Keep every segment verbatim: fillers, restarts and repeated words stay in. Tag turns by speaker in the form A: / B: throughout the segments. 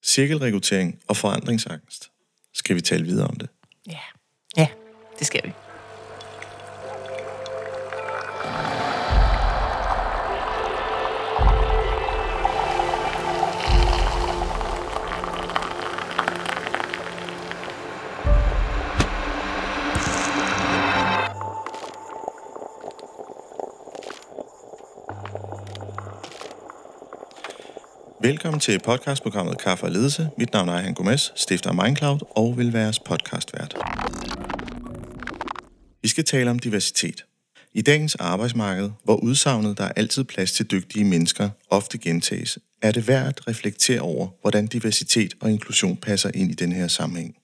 A: cirkelrekruttering og forandringsangst. Skal vi tale videre om det?
B: Ja, ja, det skal vi.
A: Velkommen til podcastprogrammet Kaffe og Ledelse. Mit navn er Ejhan Gomez, stifter af Mindcloud og vil være jeres podcastvært. Vi skal tale om diversitet. I dagens arbejdsmarked, hvor udsagnet, der er altid plads til dygtige mennesker, ofte gentages, er det værd at reflektere over, hvordan diversitet og inklusion passer ind i denne her sammenhæng.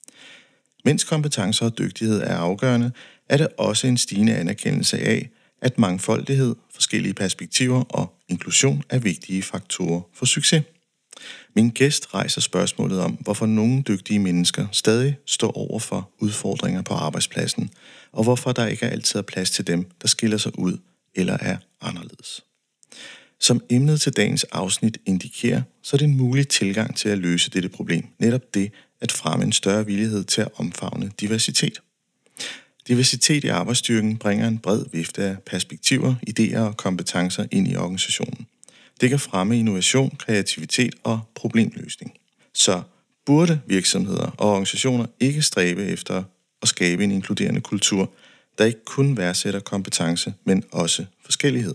A: Mens kompetencer og dygtighed er afgørende, er det også en stigende anerkendelse af, at mangfoldighed, forskellige perspektiver og inklusion er vigtige faktorer for succes. Min gæst rejser spørgsmålet om, hvorfor nogle dygtige mennesker stadig står over for udfordringer på arbejdspladsen, og hvorfor der ikke altid er plads til dem, der skiller sig ud eller er anderledes. Som emnet til dagens afsnit indikerer, så er det en mulig tilgang til at løse dette problem, netop det at fremme en større villighed til at omfavne diversitet. Diversitet i arbejdsstyrken bringer en bred vifte af perspektiver, idéer og kompetencer ind i organisationen. Det kan fremme innovation, kreativitet og problemløsning. Så burde virksomheder og organisationer ikke stræbe efter at skabe en inkluderende kultur, der ikke kun værdsætter kompetence, men også forskellighed.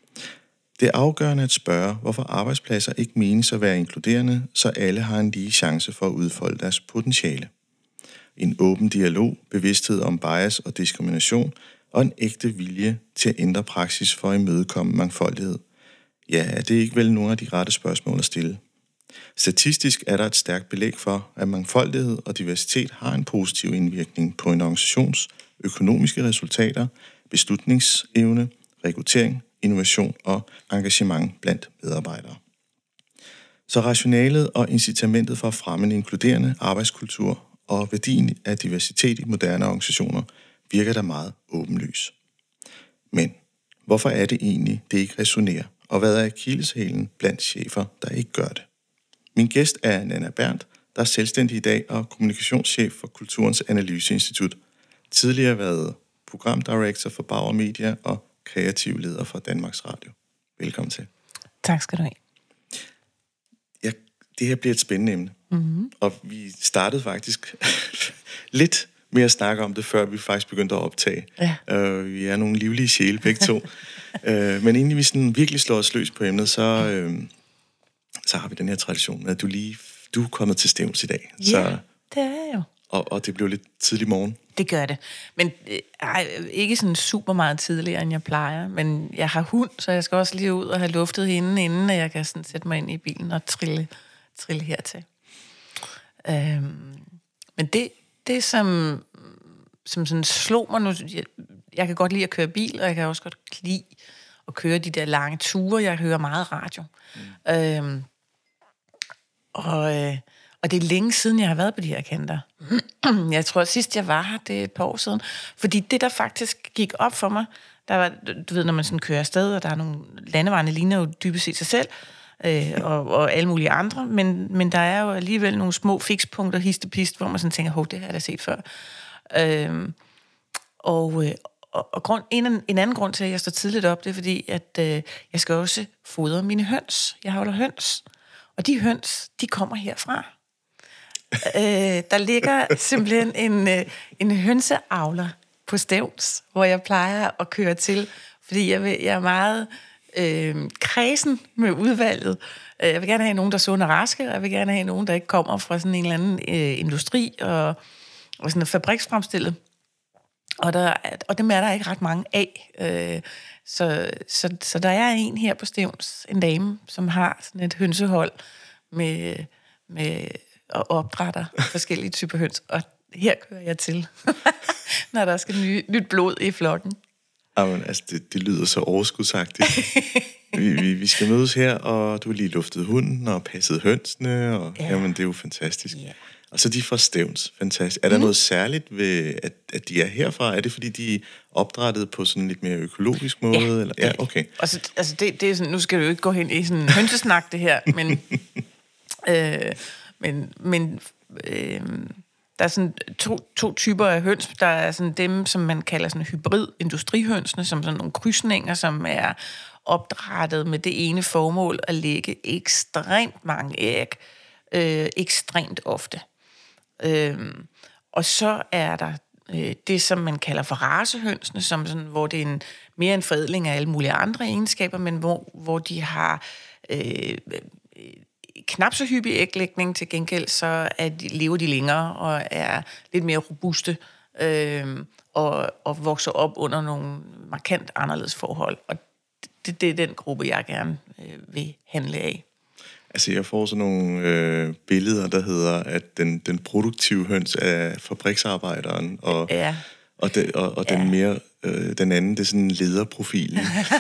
A: Det er afgørende at spørge, hvorfor arbejdspladser ikke menes at være inkluderende, så alle har en lige chance for at udfolde deres potentiale. En åben dialog, bevidsthed om bias og diskrimination og en ægte vilje til at ændre praksis for at imødekomme mangfoldighed. Ja, er det ikke vel nogle af de rette spørgsmål at stille? Statistisk er der et stærkt belæg for, at mangfoldighed og diversitet har en positiv indvirkning på en organisations økonomiske resultater, beslutningsevne, rekruttering, innovation og engagement blandt medarbejdere. Så rationalet og incitamentet for at fremme en inkluderende arbejdskultur og værdien af diversitet i moderne organisationer virker der meget åbenlys. Men hvorfor er det egentlig, det ikke resonerer? Og hvad er akilleshælen blandt chefer, der ikke gør det? Min gæst er Nanna Berndt, der er selvstændig i dag og kommunikationschef for Kulturens Analyseinstitut. Tidligere været programdirektor for Bauer Media og kreativ leder for Danmarks Radio. Velkommen til.
B: Tak skal du have.
A: Ja, det her bliver et spændende emne. Mm-hmm. Og vi startede faktisk lidt med at snakke om det, før vi faktisk begyndte at optage. Ja. Uh, vi er nogle livlige sjæle begge to. uh, men inden vi sådan virkelig slår os løs på emnet, så, uh, så har vi den her tradition med, at du lige du er kommet til Stevns i dag.
B: Ja,
A: så,
B: det er jo.
A: Og, og det blev lidt tidlig morgen.
B: Det gør det. Men øh, ikke sådan super meget tidligere, end jeg plejer. Men jeg har hund, så jeg skal også lige ud og have luftet hende, inden jeg kan sådan sætte mig ind i bilen og trille, trille hertil. Øhm, men det, det som, som sådan slog mig nu, jeg, jeg kan godt lide at køre bil, og jeg kan også godt lide at køre de der lange ture. Jeg hører meget radio. Mm. Øhm, og, øh, og det er længe siden, jeg har været på de her kanter. Jeg tror, at sidst jeg var her, det er et par år siden. Fordi det, der faktisk gik op for mig, der var, du ved, når man sådan kører afsted, og der er nogle landeveje, ligner jo dybest set sig selv, Øh, og, og alle mulige andre, men, men der er jo alligevel nogle små fikspunkter, histepist, hvor man sådan tænker, hov, det har jeg da set før. Øh, og og, og grund, en, en anden grund til, at jeg står tidligt op, det er fordi, at øh, jeg skal også fodre mine høns. Jeg holder høns, og de høns, de kommer herfra. øh, der ligger simpelthen en, øh, en hønseavler på Stevns, hvor jeg plejer at køre til, fordi jeg, vil, jeg er meget øh, kredsen med udvalget. Jeg vil gerne have nogen, der er sunde og raske, og jeg vil gerne have nogen, der ikke kommer fra sådan en eller anden øh, industri og, og sådan noget fabriksfremstillet. Og, der, og dem er der ikke ret mange af. Øh, så, så, så der er en her på Stevns, en dame, som har sådan et hønsehold med, med og opdrætter forskellige typer høns. Og her kører jeg til, når der skal ny, nyt blod i flokken.
A: Jamen, altså, det, det lyder så overskudsagtigt. vi, vi, vi skal mødes her, og du har lige luftet hunden og passet hønsene, og ja. Jamen, det er jo fantastisk. Ja. Og så de fra Stevns, fantastisk. Er der mm. noget særligt ved, at, at de er herfra? Er det, fordi de er opdrettet på sådan en lidt mere økologisk måde?
B: Ja,
A: eller? Ja, okay.
B: Og så, altså det, det er sådan, nu skal du jo ikke gå hen i sådan en hønsesnak, det her, men Øh, men men øh, der er sådan to, to typer af høns. Der er sådan dem, som man kalder sådan hybrid-industrihønsene, som sådan nogle krydsninger, som er opdrættet med det ene formål at lægge ekstremt mange æg, øh, ekstremt ofte. Øh, og så er der øh, det, som man kalder for racehønsene, som sådan, hvor det er en, mere en forædling af alle mulige andre egenskaber, men hvor, hvor de har øh, knap så hyppig æglægning, til gengæld så er de, lever de længere og er lidt mere robuste øh, og, og vokser op under nogle markant anderledes forhold. Og det, det er den gruppe, jeg gerne øh, vil handle af.
A: Altså, jeg får sådan nogle øh, billeder, der hedder, at den, den produktive høns er fabriksarbejderen, og,
B: ja.
A: og, de, og, og den
B: ja.
A: mere, øh, den anden, det er sådan lederprofilen.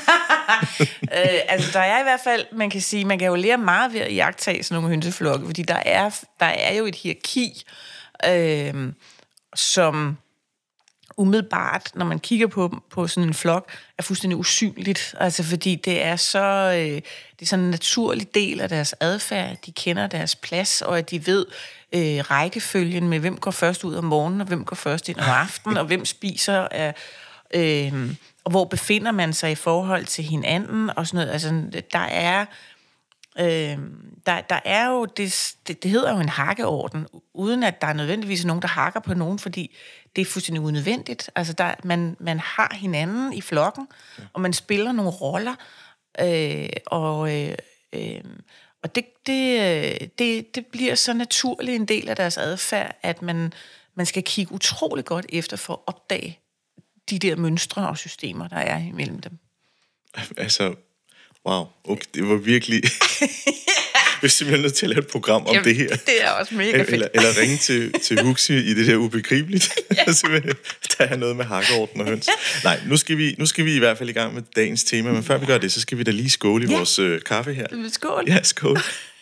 B: øh, altså, der er i hvert fald, man kan sige, man kan jo lære meget ved at jagttage sådan nogle hønseflokke, fordi der er, der er jo et hierarki, øh, som umiddelbart, når man kigger på, på sådan en flok, er fuldstændig usynligt. Altså fordi det er så øh, det er sådan en naturlig del af deres adfærd. De kender deres plads, og at de ved øh, rækkefølgen med, hvem går først ud om morgenen, og hvem går først ind om aftenen, og hvem spiser af, øh, og hvor befinder man sig i forhold til hinanden, og sådan noget. Altså, der er Øh, der, der er jo, det, det, det hedder jo en hakkeorden, uden at der er nødvendigvis nogen, der hakker på nogen, fordi det er fuldstændig unødvendigt. Altså, der, man, man har hinanden i flokken, ja. Og man spiller nogle roller, øh, og, øh, øh, og det, det, det, det bliver så naturligt en del af deres adfærd, at man, man skal kigge utrolig godt efter for at opdage de der mønstre og systemer, der er imellem dem.
A: Altså, wow, okay, det var virkelig... Vi er simpelthen nødt til at lave et program om Jamen, det her.
B: Det er også mega fedt.
A: Eller, eller ringe til, til Huxi i det der ubegribeligt. Ja. Der er noget med hakkeorden og høns. Nej, nu skal, vi, nu skal vi i hvert fald i gang med dagens tema, men før vi gør det, så skal vi da lige skåle i ja. vores øh, kaffe her.
B: Skål.
A: Ja, skål.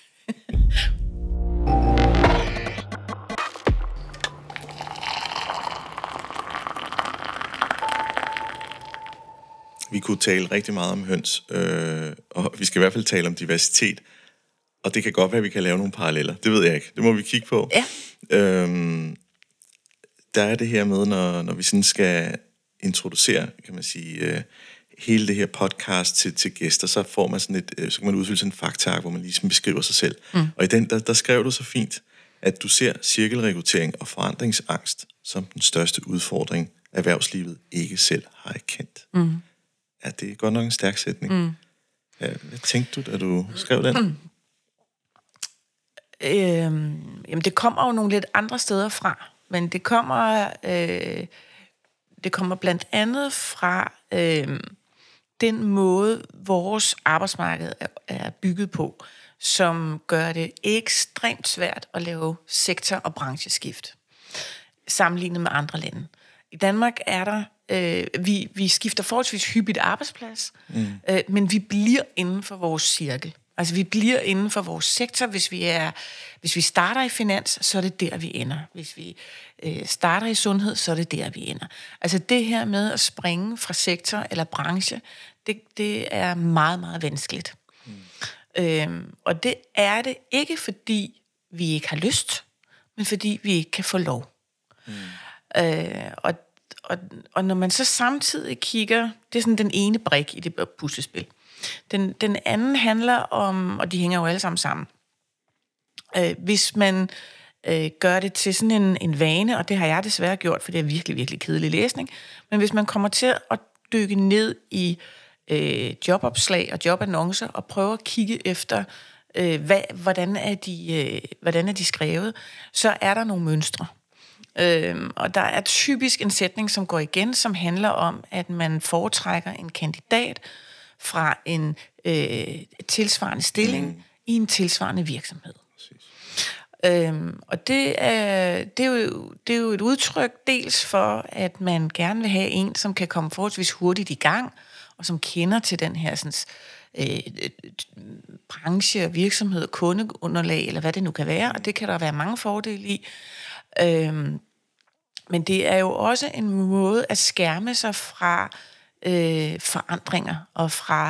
A: Vi kunne tale rigtig meget om høns, øh, og vi skal i hvert fald tale om diversitet. Og det kan godt være, at vi kan lave nogle paralleller. Det ved jeg ikke. Det må vi kigge på.
B: Ja.
A: Øhm, der er det her med, når, når vi sådan skal introducere, kan man sige, øh, hele det her podcast til, til gæster, så får man sådan et, øh, så kan man udfylde sådan en faktaark, hvor man ligesom beskriver sig selv. Mm. Og i den, der, der skrev du så fint, at du ser cirkelrekruttering og forandringsangst som den største udfordring, erhvervslivet ikke selv har erkendt. Mm. Ja, det er godt nok en stærk sætning. Mm. Ja, hvad tænkte du, da du skrev den? Mm.
B: Øhm, jamen, det kommer jo nogle lidt andre steder fra, men det kommer, øh, det kommer blandt andet fra øh, den måde, vores arbejdsmarked er, er bygget på, som gør det ekstremt svært at lave sektor- og brancheskift, sammenlignet med andre lande. I Danmark er der, øh, vi, vi skifter forholdsvis hyppigt arbejdsplads, mm. øh, men vi bliver inden for vores cirkel. Altså, vi bliver inden for vores sektor. Hvis vi, er, hvis vi starter i finans, så er det der, vi ender. Hvis vi øh, starter i sundhed, så er det der, vi ender. Altså, det her med at springe fra sektor eller branche, det, det er meget, meget vanskeligt. Mm. Øhm, og det er det ikke, fordi vi ikke har lyst, men fordi vi ikke kan få lov. Mm. Øh, og, og, og når man så samtidig kigger, det er sådan den ene brik i det puslespil. Den, den anden handler om, og de hænger jo alle sammen sammen. Øh, hvis man øh, gør det til sådan en, en vane, og det har jeg desværre gjort, for det er virkelig, virkelig kedelig læsning, men hvis man kommer til at dykke ned i øh, jobopslag og jobannoncer og prøver at kigge efter, øh, hvad, hvordan, er de, øh, hvordan er de skrevet, så er der nogle mønstre. Øh, og der er typisk en sætning, som går igen, som handler om, at man foretrækker en kandidat fra en øh, tilsvarende stilling mm. i en tilsvarende virksomhed. Øhm, og det er, det, er jo, det er jo et udtryk dels for, at man gerne vil have en, som kan komme forholdsvis hurtigt i gang, og som kender til den her sådan, øh, branche, virksomhed, kundeunderlag, eller hvad det nu kan være, og det kan der være mange fordele i. Øhm, men det er jo også en måde at skærme sig fra øh, forandringer og fra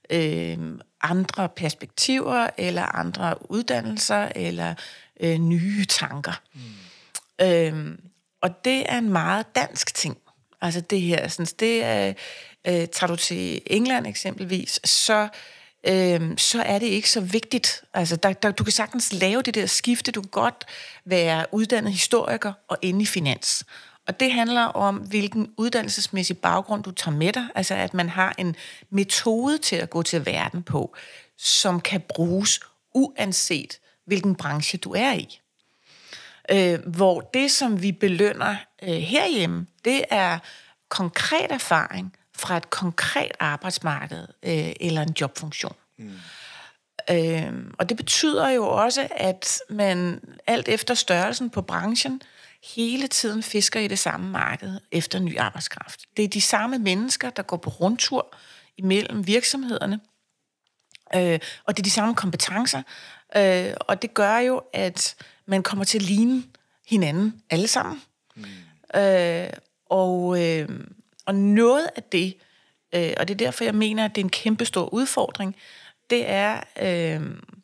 B: øh, andre perspektiver, eller andre uddannelser, eller øh, nye tanker. Mm. Øh, og det er en meget dansk ting. Altså det her, sådan, det er, øh, tager du til England eksempelvis, så, øh, så er det ikke så vigtigt. Altså der, der, du kan sagtens lave det der skifte, du kan godt være uddannet historiker og inde i finans. Og det handler om, hvilken uddannelsesmæssig baggrund du tager med dig, altså at man har en metode til at gå til verden på, som kan bruges uanset hvilken branche du er i. Øh, hvor det, som vi belønner øh, herhjemme, det er konkret erfaring fra et konkret arbejdsmarked øh, eller en jobfunktion. Mm. Øh, og det betyder jo også, at man alt efter størrelsen på branchen hele tiden fisker i det samme marked efter ny arbejdskraft. Det er de samme mennesker, der går på rundtur imellem virksomhederne, øh, og det er de samme kompetencer, øh, og det gør jo, at man kommer til at ligne hinanden alle sammen. Mm. Øh, og, øh, og noget af det, øh, og det er derfor, jeg mener, at det er en kæmpe stor udfordring, det er, øh,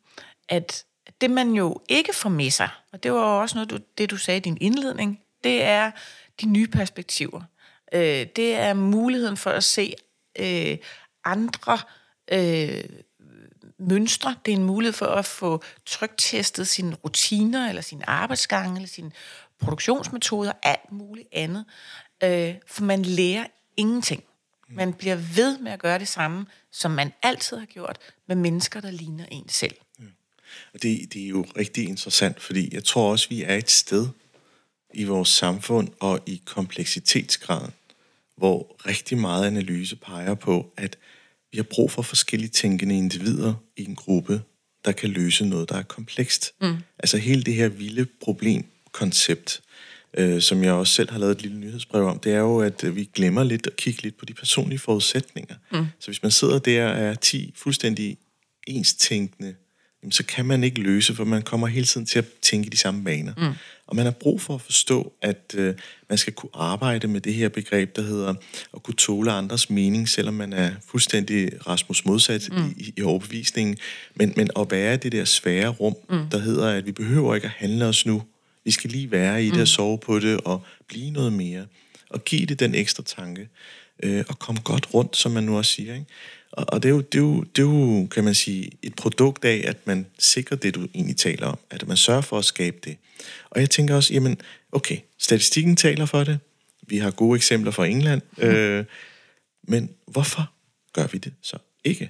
B: at det man jo ikke får med sig, og det var også noget, du, det du sagde i din indledning, det er de nye perspektiver. Øh, det er muligheden for at se øh, andre øh, mønstre. Det er en mulighed for at få tryktestet sine rutiner, eller sine arbejdsgange, eller sine produktionsmetoder, alt muligt andet. Øh, for man lærer ingenting. Man bliver ved med at gøre det samme, som man altid har gjort, med mennesker, der ligner en selv.
A: Ja. Og det, det er jo rigtig interessant, fordi jeg tror også, vi er et sted i vores samfund og i kompleksitetsgraden, hvor rigtig meget analyse peger på, at vi har brug for forskellige tænkende individer i en gruppe, der kan løse noget, der er komplekst. Mm. Altså hele det her vilde problemkoncept, øh, som jeg også selv har lavet et lille nyhedsbrev om, det er jo, at øh, vi glemmer lidt at kigge lidt på de personlige forudsætninger. Mm. Så hvis man sidder der og er ti fuldstændig enstænkende, så kan man ikke løse, for man kommer hele tiden til at tænke i de samme baner. Mm. Og man har brug for at forstå, at øh, man skal kunne arbejde med det her begreb, der hedder at kunne tåle andres mening, selvom man er fuldstændig Rasmus modsat mm. i, i overbevisningen. Men, men at være i det der svære rum, mm. der hedder, at vi behøver ikke at handle os nu. Vi skal lige være i det mm. og sove på det og blive noget mere. Og give det den ekstra tanke. Øh, og komme godt rundt, som man nu også siger, ikke? Og det er, jo, det, er jo, det er jo, kan man sige, et produkt af, at man sikrer det, du egentlig taler om. At man sørger for at skabe det. Og jeg tænker også, jamen, okay, statistikken taler for det. Vi har gode eksempler fra England. Mm. Øh, men hvorfor gør vi det så ikke?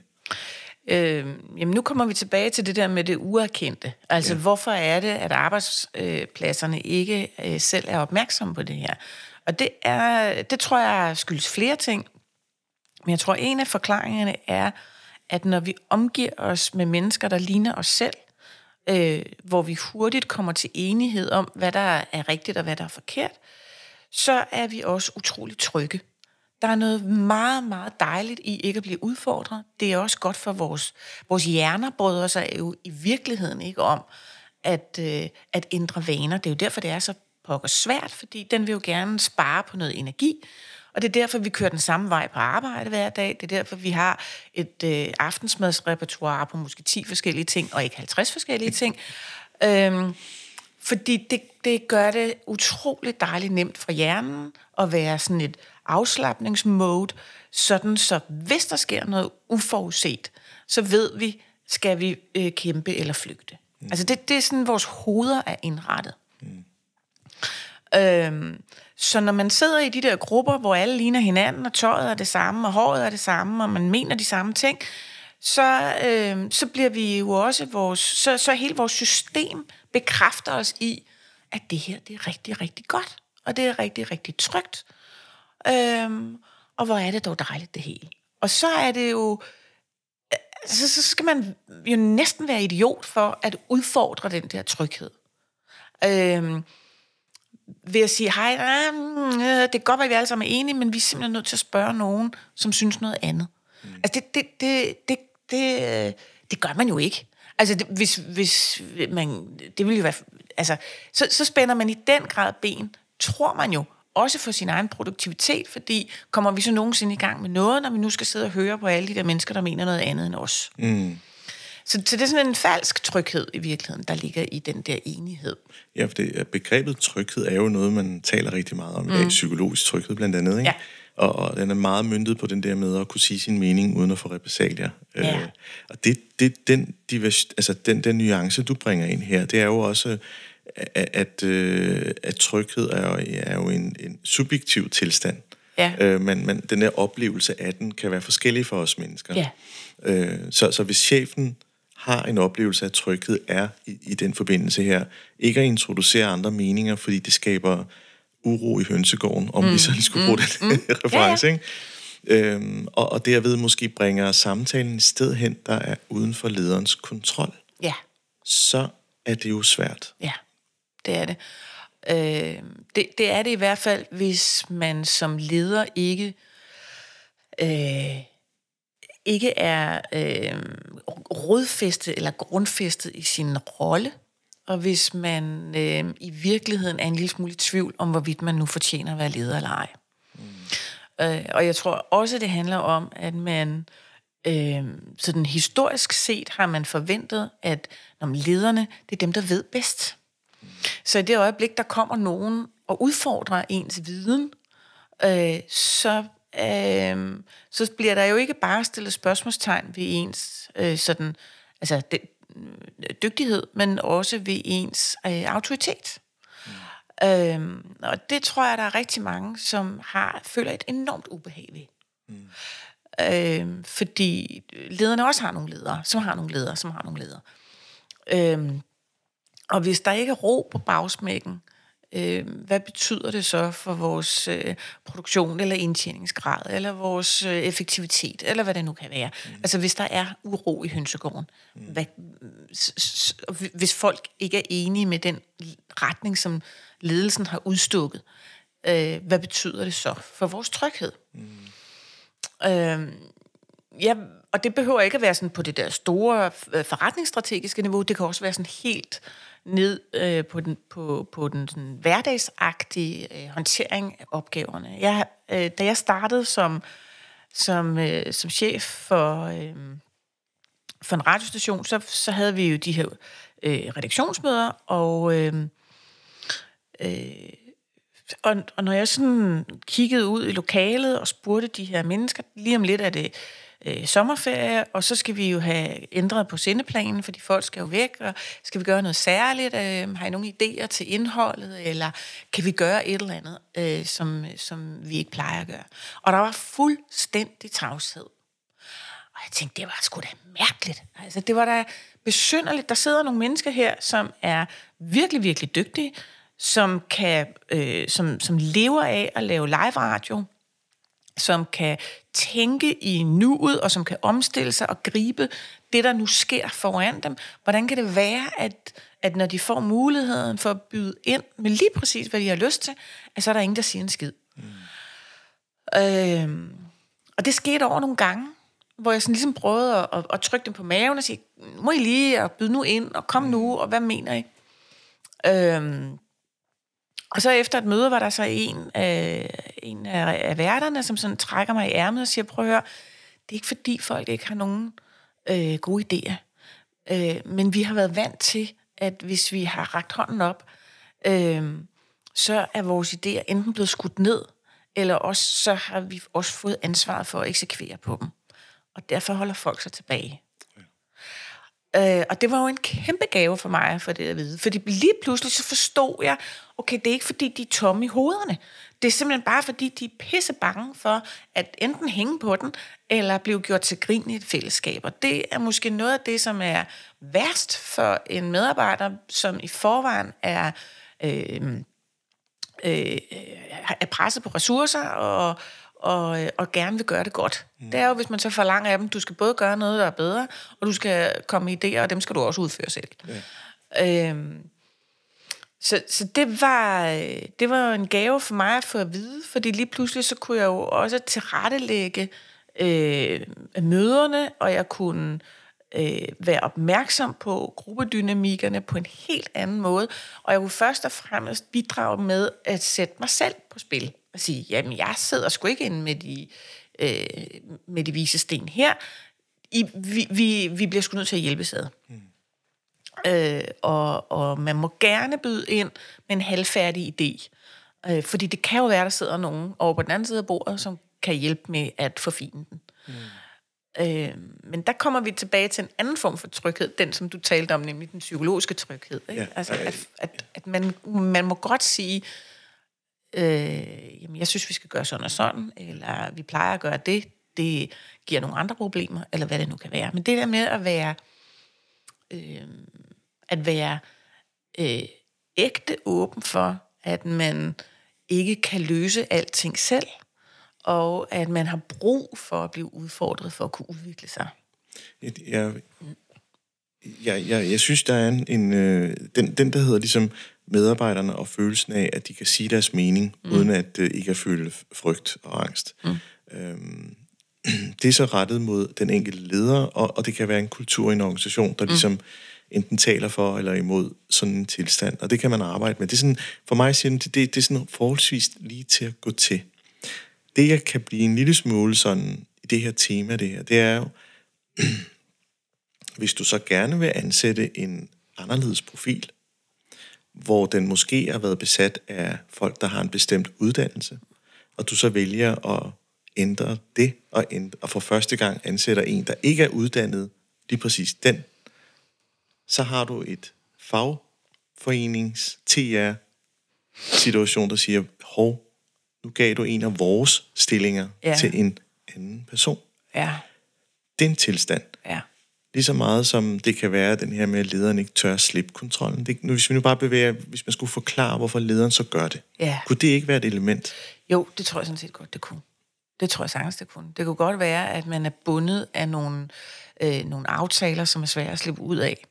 B: Øh, jamen, nu kommer vi tilbage til det der med det uerkendte. Altså, ja. Hvorfor er det, at arbejdspladserne ikke øh, selv er opmærksomme på det her? Og det, er, det tror jeg skyldes flere ting. Men jeg tror, en af forklaringerne er, at når vi omgiver os med mennesker, der ligner os selv, øh, hvor vi hurtigt kommer til enighed om, hvad der er rigtigt og hvad der er forkert, så er vi også utroligt trygge. Der er noget meget, meget dejligt i ikke at blive udfordret. Det er også godt for vores, vores hjerner, bryder sig jo i virkeligheden ikke om at, øh, at ændre vaner. Det er jo derfor, det er så pokker svært, fordi den vil jo gerne spare på noget energi. Og det er derfor, vi kører den samme vej på arbejde hver dag. Det er derfor, vi har et øh, aftensmadsrepertoire på måske ti forskellige ting, og ikke halvtreds forskellige ting. Øhm, fordi det, det gør det utroligt dejligt nemt for hjernen at være sådan et afslapningsmode, sådan så hvis der sker noget uforudset, så ved vi, skal vi øh, kæmpe eller flygte. Mm. Altså det, det er sådan, vores hoveder er indrettet. Mm. Øhm, så når man sidder i de der grupper, hvor alle ligner hinanden, og tøjet er det samme, og håret er det samme, og man mener de samme ting, så, øh, så bliver vi jo også vores, så, så hele vores system bekræfter os i, at det her, det er rigtig, rigtig godt, og det er rigtig, rigtig trygt. Øhm, og hvor er det dog dejligt det hele. Og så er det jo, så, så skal man jo næsten være idiot for at udfordre den der tryghed. Øhm, ved at sige, hej, det kan godt være, at vi alle sammen er enige, men vi er simpelthen nødt til at spørge nogen, som synes noget andet. Mm. Altså, det, det, det, det, det, det gør man jo ikke. Altså, det, hvis, hvis man, det vil jo være, altså, så, så spænder man i den grad ben, tror man jo, også for sin egen produktivitet, fordi kommer vi så nogensinde i gang med noget, når vi nu skal sidde og høre på alle de der mennesker, der mener noget andet end os. Mm. Så, så det er sådan en falsk tryghed i virkeligheden, der ligger i den der enighed.
A: Ja, for det, begrebet tryghed er jo noget, man taler rigtig meget om i dag. Mm. Psykologisk tryghed blandt andet, ikke?
B: Ja.
A: Og, og den er meget møntet på den der med at kunne sige sin mening uden at få repressalier. Ja. Øh, og det, det, den, divers, altså den, den nuance, du bringer ind her, det er jo også, at, at, at tryghed er jo, er jo en, en subjektiv tilstand.
B: Ja.
A: Øh, men, men den der oplevelse af den kan være forskellig for os mennesker.
B: Ja.
A: Øh, så, så hvis chefen har en oplevelse af tryghed, er i, i den forbindelse her, ikke at introducere andre meninger, fordi det skaber uro i hønsegården, om mm. vi sådan skulle bruge mm. den mm. reference, ja, ja. Øhm, og, og derved måske bringer samtalen et sted hen, der er uden for lederens kontrol.
B: Ja.
A: Så er det jo svært.
B: Ja, det er det. Øh, det. Det er det i hvert fald, hvis man som leder ikke øh, ikke er øh, rodfæstet eller grundfæstet i sin rolle, og hvis man øh, i virkeligheden er en lille smule i tvivl om, hvorvidt man nu fortjener at være leder eller ej. Mm. Øh, og jeg tror også, det handler om, at man øh, sådan historisk set har man forventet, at når lederne, det er dem, der ved bedst. Mm. Så i det øjeblik, der kommer nogen og udfordrer ens viden, øh, så, øh, så bliver der jo ikke bare stillet spørgsmålstegn ved ens øh, sådan, altså det, dygtighed, men også ved ens øh, autoritet. Mm. Øhm, og det tror jeg, der er rigtig mange, som har føler et enormt ubehag ved. Mm. Øhm, fordi lederne også har nogle ledere, som har nogle ledere, som har nogle ledere. Øhm, og hvis der ikke er ro på bagsmækken, øh, hvad betyder det så for vores øh, produktion, eller indtjeningsgrad, eller vores øh, effektivitet, eller hvad det nu kan være? Mm. Altså hvis der er uro i hønsegården, mm. hvad, s- s- hvis folk ikke er enige med den retning, som ledelsen har udstukket, øh, hvad betyder det så for vores tryghed? Mm. Øh, ja, og det behøver ikke at være sådan på det der store forretningsstrategiske niveau, det kan også være sådan helt ned øh, på den, på, på den sådan hverdagsagtige øh, håndtering af opgaverne. Jeg, øh, da jeg startede som, som, øh, som chef for, øh, for en radiostation, så, så havde vi jo de her øh, redaktionsmøder, og, øh, øh, og, og når jeg sådan kiggede ud i lokalet og spurgte de her mennesker, lige om lidt er det Øh, sommerferie, og så skal vi jo have ændret på sendeplanen, fordi folk skal jo væk, og skal vi gøre noget særligt? Øh, har I nogle idéer til indholdet, eller kan vi gøre et eller andet, øh, som, som vi ikke plejer at gøre? Og der var fuldstændig tavshed. Og jeg tænkte, det var sgu da mærkeligt. Altså, det var da besynderligt. Der sidder nogle mennesker her, som er virkelig, virkelig dygtige, som, kan, øh, som, som lever af at lave live radio, som kan tænke i nuet, og som kan omstille sig og gribe det, der nu sker foran dem. Hvordan kan det være, at, at når de får muligheden for at byde ind med lige præcis, hvad de har lyst til, at så er der ingen, der siger en skid. Mm. Øhm, og det skete over nogle gange, hvor jeg sådan ligesom prøvede at, at, at trykke dem på maven og sige, må I lige og byde nu ind, og kom nu, og hvad mener I? Øhm, Og så efter et møde var der så en, øh, en af, af værterne, som sådan trækker mig i ærmet og siger, prøv at høre, det er ikke fordi folk ikke har nogen øh, gode idéer. Øh, men vi har været vant til, at hvis vi har rakt hånden op, øh, så er vores idéer enten blevet skudt ned, eller også så har vi også fået ansvaret for at eksekvere på dem. Og derfor holder folk sig tilbage. Øh, og det var jo en kæmpe gave for mig, for det at vide. Fordi lige pludselig så forstod jeg, okay, det er ikke fordi, de er tomme i hovederne. Det er simpelthen bare fordi, de er pisse bange for at enten hænge på den, eller blive gjort til grin i et fællesskab. Og det er måske noget af det, som er værst for en medarbejder, som i forvejen er, øh, øh, er presset på ressourcer, og Og, og gerne vil gøre det godt. Mm. Det er jo, hvis man så forlanger af dem, du skal både gøre noget, der er bedre, og du skal komme med idéer, og dem skal du også udføre selv. Yeah. Øhm, så så det, var, det var en gave for mig at få at vide, fordi lige pludselig så kunne jeg jo også tilrettelægge øh, møderne, og jeg kunne øh, være opmærksom på gruppedynamikkerne på en helt anden måde, og jeg vil først og fremmest bidrage med at sætte mig selv på spil, og sige, jamen jeg sidder sgu ikke inde med de, øh, med de vise sten her, I, vi, vi, vi bliver sgu nødt til at hjælpes ad. Mm. Øh, og, og man må gerne byde ind med en halvfærdig idé, øh, fordi det kan jo være, der sidder nogen over på den anden side af bordet, som kan hjælpe med at forfine den. Mm. Øh, men der kommer vi tilbage til en anden form for tryghed, den som du talte om, nemlig den psykologiske tryghed. Ikke? Ja, altså, at, at, at man, man må godt sige, øh, jamen, jeg synes, vi skal gøre sådan og sådan, eller vi plejer at gøre det, det giver nogle andre problemer, eller hvad det nu kan være. Men det der med at være, øh, at være øh, ægte åben for, at man ikke kan løse alting selv, og at man har brug for at blive udfordret for at kunne udvikle sig.
A: Jeg, jeg, jeg, jeg, jeg synes, der er en, en øh, den, den, der hedder ligesom medarbejderne og følelsen af, at de kan sige deres mening, mm. uden at øh, ikke at føle frygt og angst. Mm. Øhm, det er så rettet mod den enkelte leder, og, og det kan være en kultur i en organisation, der mm. ligesom enten taler for eller imod sådan en tilstand, og det kan man arbejde med. Det er sådan, for mig siger det, det, det er sådan forholdsvis lige til at gå til. Det, jeg kan blive en lille smule sådan i det her tema, det her, det er jo, hvis du så gerne vil ansætte en anderledes profil, hvor den måske har været besat af folk, der har en bestemt uddannelse, og du så vælger at ændre det, og, ændre, og for første gang ansætter en, der ikke er uddannet lige præcis den, så har du et fagforenings-T R-situation, der siger, hov, nu gav du en af vores stillinger ja. til en anden person.
B: Ja.
A: Det er en tilstand.
B: Ja.
A: Lige så meget som det kan være, den her med, at lederen ikke tør at slippe kontrollen. Det, nu, hvis vi nu bare bevæger, hvis man skulle forklare, hvorfor lederen så gør det.
B: Ja.
A: Kunne det ikke være et element?
B: Jo, det tror jeg sådan set godt, det kunne. Det tror jeg sagtens, det kunne. Det kunne godt være, at man er bundet af nogle, øh, nogle aftaler, som er svære at slippe ud af.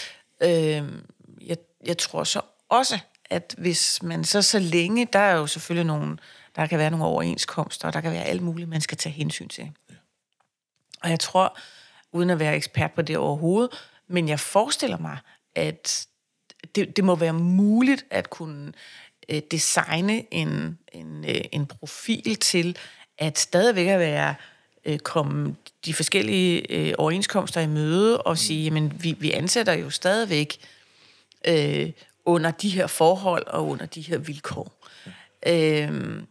B: Øh, jeg, jeg tror så også, at hvis man så så længe, der er jo selvfølgelig nogle, der kan være nogle overenskomster, og der kan være alt muligt, man skal tage hensyn til. Ja. Og jeg tror, uden at være ekspert på det overhovedet, men jeg forestiller mig, at det, det må være muligt at kunne øh, designe en, en, øh, en profil til, at stadigvæk at være øh, komme de forskellige øh, overenskomster i møde og sige, jamen vi, vi ansætter jo stadigvæk øh, under de her forhold og under de her vilkår. Ja. Øh,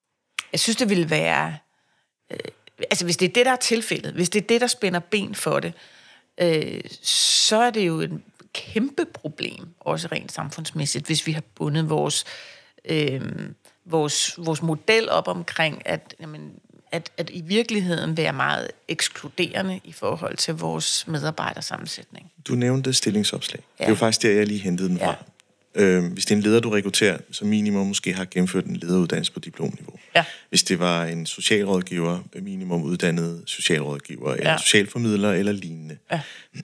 B: jeg synes, det ville være... Øh, altså, hvis det er det, der er tilfældet, hvis det er det, der spænder ben for det, øh, så er det jo et kæmpe problem, også rent samfundsmæssigt, hvis vi har bundet vores, øh, vores, vores model op omkring, at, jamen, at, at i virkeligheden være meget ekskluderende i forhold til vores medarbejdersammensætning.
A: Du nævnte stillingsopslag. Ja. Det er jo faktisk der, jeg lige hentede den fra.
B: Ja.
A: Øh, hvis det er en leder, du rekrutterer, så minimum måske har gennemført en lederuddannelse på diplomniveau.
B: Ja.
A: Hvis det var en socialrådgiver, minimum uddannet socialrådgiver, eller
B: ja.
A: socialformidler, eller lignende.
B: Ja.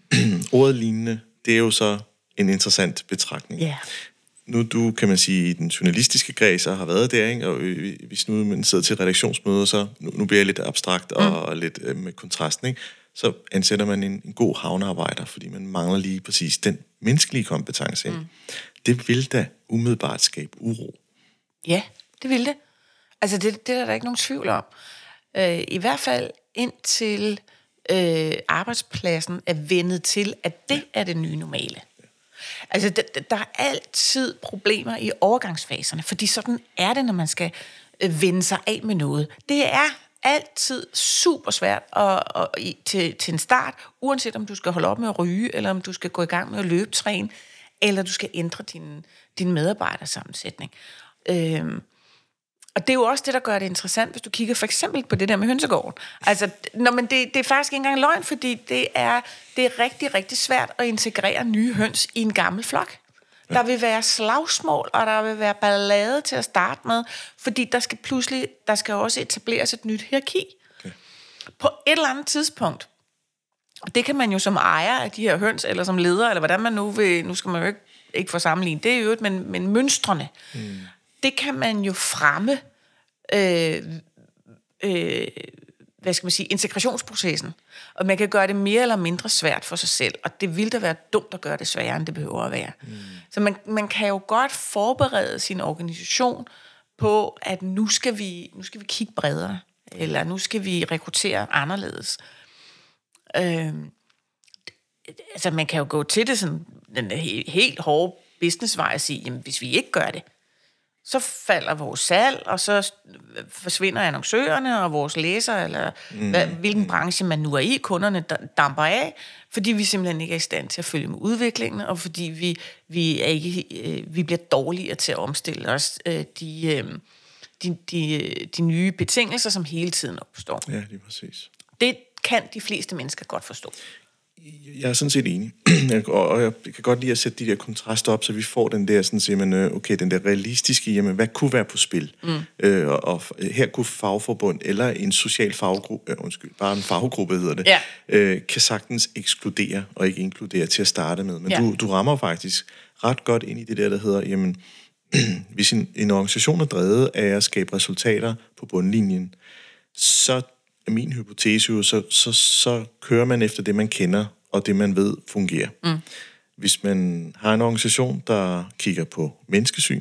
A: Ordet lignende, det er jo så en interessant betragtning.
B: Ja.
A: Nu du, kan man sige, i den journalistiske kreds har været der, ikke? Og hvis nu man sidder til redaktionsmøder, så nu, nu bliver jeg lidt abstrakt og, mm. og lidt øh, med kontrasten, ikke? Så ansætter man en, en god havnearbejder, fordi man mangler lige præcis den menneskelige kompetence. Mm. Det vil da umiddelbart skabe uro.
B: Ja, det vil det. Altså, det, det er der ikke nogen tvivl om. Øh, I hvert fald indtil øh, arbejdspladsen er vendet til, at det ja. er det nye normale. Ja. Altså, der, der er altid problemer i overgangsfaserne, fordi sådan er det, når man skal øh, vende sig af med noget. Det er altid super svært at, at, at, til, til en start, uanset om du skal holde op med at ryge, eller om du skal gå i gang med at løbetræne, eller du skal ændre din, din medarbejdersammensætning. Øhm, og det er jo også det, der gør det interessant, hvis du kigger for eksempel på det der med hønsegården. Altså, når man, det, det er faktisk ikke engang løgn, fordi det er, det er rigtig, rigtig svært at integrere nye høns i en gammel flok. Ja. Der vil være slagsmål, og der vil være ballade til at starte med, fordi der skal pludselig, der skal også etableres et nyt hierarki. Okay. På et eller andet tidspunkt, og det kan man jo som ejer af de her høns, eller som leder, eller hvordan man nu vil, nu skal man jo ikke, ikke få sammenlignet, det er jo men, men mønstrene, mm. det kan man jo fremme øh, øh, hvad skal man sige, integrationsprocessen. Og man kan gøre det mere eller mindre svært for sig selv, og det ville da være dumt at gøre det sværere, end det behøver at være. Mm. Så man, man kan jo godt forberede sin organisation på, at nu skal vi, nu skal vi kigge bredere, eller nu skal vi rekruttere anderledes. Øh, altså man kan jo gå til det sådan, den helt, helt hårde businessvej og sige, jamen hvis vi ikke gør det, så falder vores salg, og så forsvinder annoncørerne og vores læsere, eller mm. hvad, hvilken branche man nu er i, kunderne damper af, fordi vi simpelthen ikke er i stand til at følge med udviklingen, og fordi vi, vi, er ikke, øh, vi bliver dårligere til at omstille os øh, de, øh, de, de, de nye betingelser, som hele tiden opstår.
A: Ja, det er præcis.
B: Det kan de fleste mennesker godt forstå.
A: Jeg er sådan set enig, og jeg kan godt lide at sætte de der kontraster op, så vi får den der, sådan siger okay, den der realistiske, jamen, hvad kunne være på spil? Mm. Øh, og, og her kunne fagforbund, eller en social faggruppe, øh, undskyld, bare en faggruppe hedder det, ja. øh, kan sagtens ekskludere, og ikke inkludere til at starte med. Men ja. du, du rammer faktisk ret godt ind i det der, der hedder, jamen, hvis en, en organisation er drevet af at skabe resultater på bundlinjen, så er min hypotese jo, så, så, så kører man efter det, man kender, og det, man ved, fungerer. Mm. Hvis man har en organisation, der kigger på menneskesyn,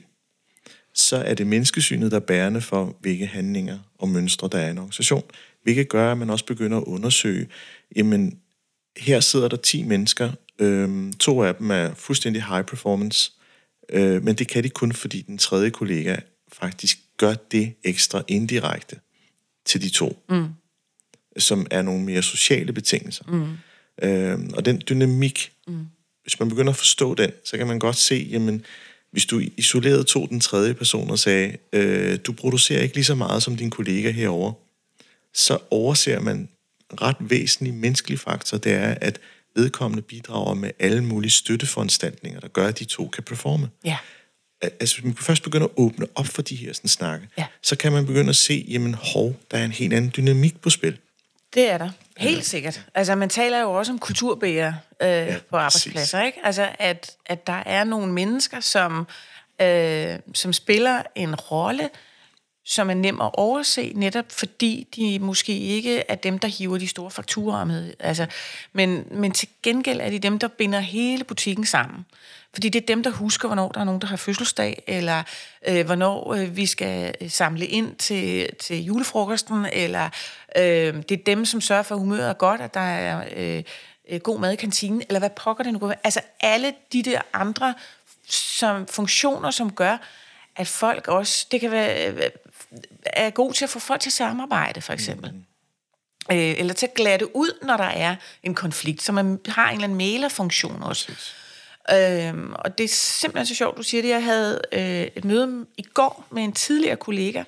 A: så er det menneskesynet, der er bærende for, hvilke handlinger og mønstre, der er i en organisation. Hvilket gør, at man også begynder at undersøge, jamen, her sidder der ti mennesker, øhm, to af dem er fuldstændig high performance, øh, men det kan de kun, fordi den tredje kollega faktisk gør det ekstra indirekte til de to. Mm. Som er nogle mere sociale betingelser. Mm. Øhm, og den dynamik, mm. hvis man begynder at forstå den, så kan man godt se, jamen, hvis du isoleret tog den tredje person og sagde, øh, du producerer ikke lige så meget som din kollega herovre, så overser man ret væsentlig menneskelig faktor, det er, at vedkommende bidrager med alle mulige støtteforanstaltninger, der gør, at de to kan performe. Ja. Altså, hvis man først begynder at åbne op for de her sådan, snakke, ja. Så kan man begynde at se, jamen hov, der er en helt anden dynamik på spil.
B: Det er der. Helt ja. Sikkert. Altså, man taler jo også om kulturbærere øh, ja, på arbejdspladser, præcis. Ikke? Altså, at, at der er nogle mennesker, som, øh, som spiller en rolle, som er nem at overse, netop fordi de måske ikke er dem, der hiver de store fakturer med. Altså, men, men til gengæld er de dem, der binder hele butikken sammen. Fordi det er dem, der husker, hvornår der er nogen, der har fødselsdag, eller øh, hvornår øh, vi skal samle ind til, til julefrokosten, eller øh, det er dem, som sørger for, at humøret er godt, at der er øh, god mad i kantinen, eller hvad pokker det nu går med. Altså alle de der andre som funktioner, som gør, at folk også, det kan være, øh, er god til at få folk til at samarbejde, for eksempel. Mm. Øh, eller til at glatte ud, når der er en konflikt, så man har en eller anden mæglerfunktion også. Præcis. Øhm, og det er simpelthen så sjovt, du siger det. Jeg havde øh, et møde i går med en tidligere kollega,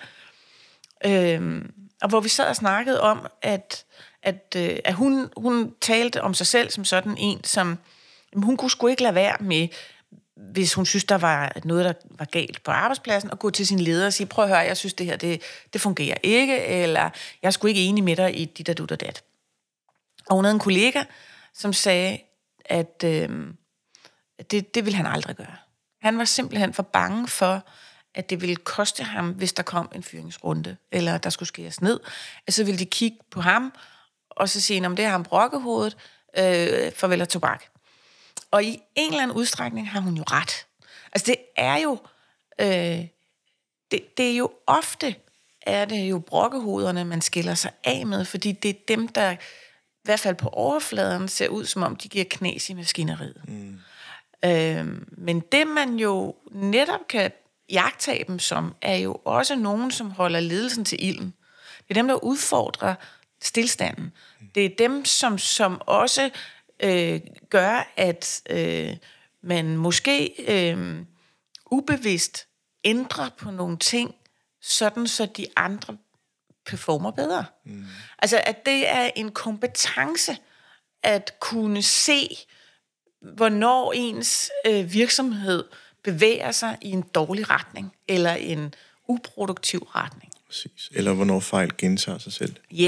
B: øhm, og hvor vi sad og snakkede om, at, at, øh, at hun, hun talte om sig selv som sådan en, som hun kunne sgu ikke lade være med, hvis hun synes, der var noget, der var galt på arbejdspladsen, og gå til sin leder og sige, prøv at høre, jeg synes, det her, det, det fungerer ikke, eller jeg er sgu ikke enig med dig i dit og dut og dat. Og hun havde en kollega, som sagde, at øh, det, det ville han aldrig gøre. Han var simpelthen for bange for, at det ville koste ham, hvis der kom en fyringsrunde, eller der skulle skæres ned. Så ville de kigge på ham, og så sige, om det er ham brokkehovedet, øh, farvel og tobak. Og i en eller anden udstrækning har hun jo ret. Altså det er jo, øh, det, det er jo ofte, er det jo brokkehovederne, man skiller sig af med, fordi det er dem, der i hvert fald på overfladen ser ud, som om de giver knæs i maskineriet. Mm. Øh, men det, man jo netop kan iagttage dem som, er jo også nogen, som holder ledelsen til ilden. Det er dem, der udfordrer stillstanden. Mm. Det er dem, som, som også øh, gør, at øh, man måske øh, ubevidst ændrer på nogle ting, sådan så de andre performer bedre. Mm. Altså, at det er en kompetence at kunne se, hvornår ens øh, virksomhed bevæger sig i en dårlig retning, eller en uproduktiv retning.
A: Præcis. Eller hvornår fejl gentager sig selv.
B: Ja.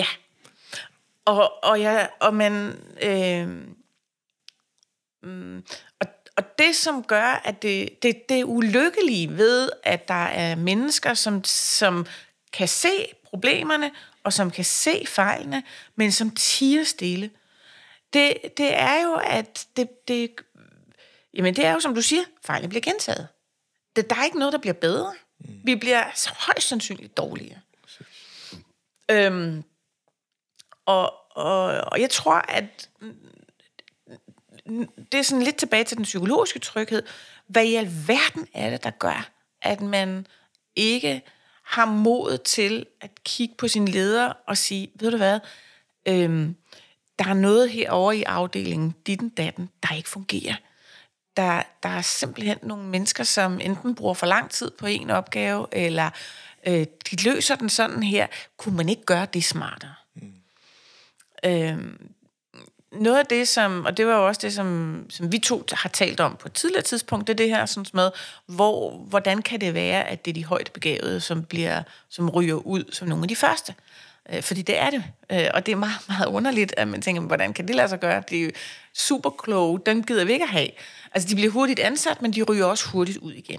B: Og, og, ja, og man... Øh, mm, og, og det, som gør, at det, det, det er ulykkelige ved, at der er mennesker, som, som kan se problemerne, og som kan se fejlene, men som tiger stille, det, det er jo, at det, det, jamen det er jo, som du siger, fejlene bliver gentaget. Det, der er ikke noget, der bliver bedre. Mm. Vi bliver så højst sandsynligt dårligere. Øhm, og, og, og jeg tror, at det er sådan lidt tilbage til den psykologiske tryghed. Hvad i alverden er det, der gør, at man ikke har mod til at kigge på sin leder og sige, ved du hvad, øhm, der er noget herovre i afdelingen, ditten datten, der ikke fungerer. Der, der er simpelthen nogle mennesker, som enten bruger for lang tid på en opgave, eller øh, de løser den sådan her. Kunne man ikke gøre det smartere? Mm. Øhm, noget af det, som, og det var jo også det, som, som vi to har talt om på et tidligere tidspunkt, det er det her sådan med, hvor, hvordan kan det være, at det er de højt begavede, som, bliver, som ryger ud som nogle af de første? Øh, fordi det er det. Øh, og det er meget, meget underligt, at man tænker, hvordan kan det lade sig gøre? Det er jo super kloge, dem gider vi ikke have. Altså, de bliver hurtigt ansat, men de ryger også hurtigt ud igen.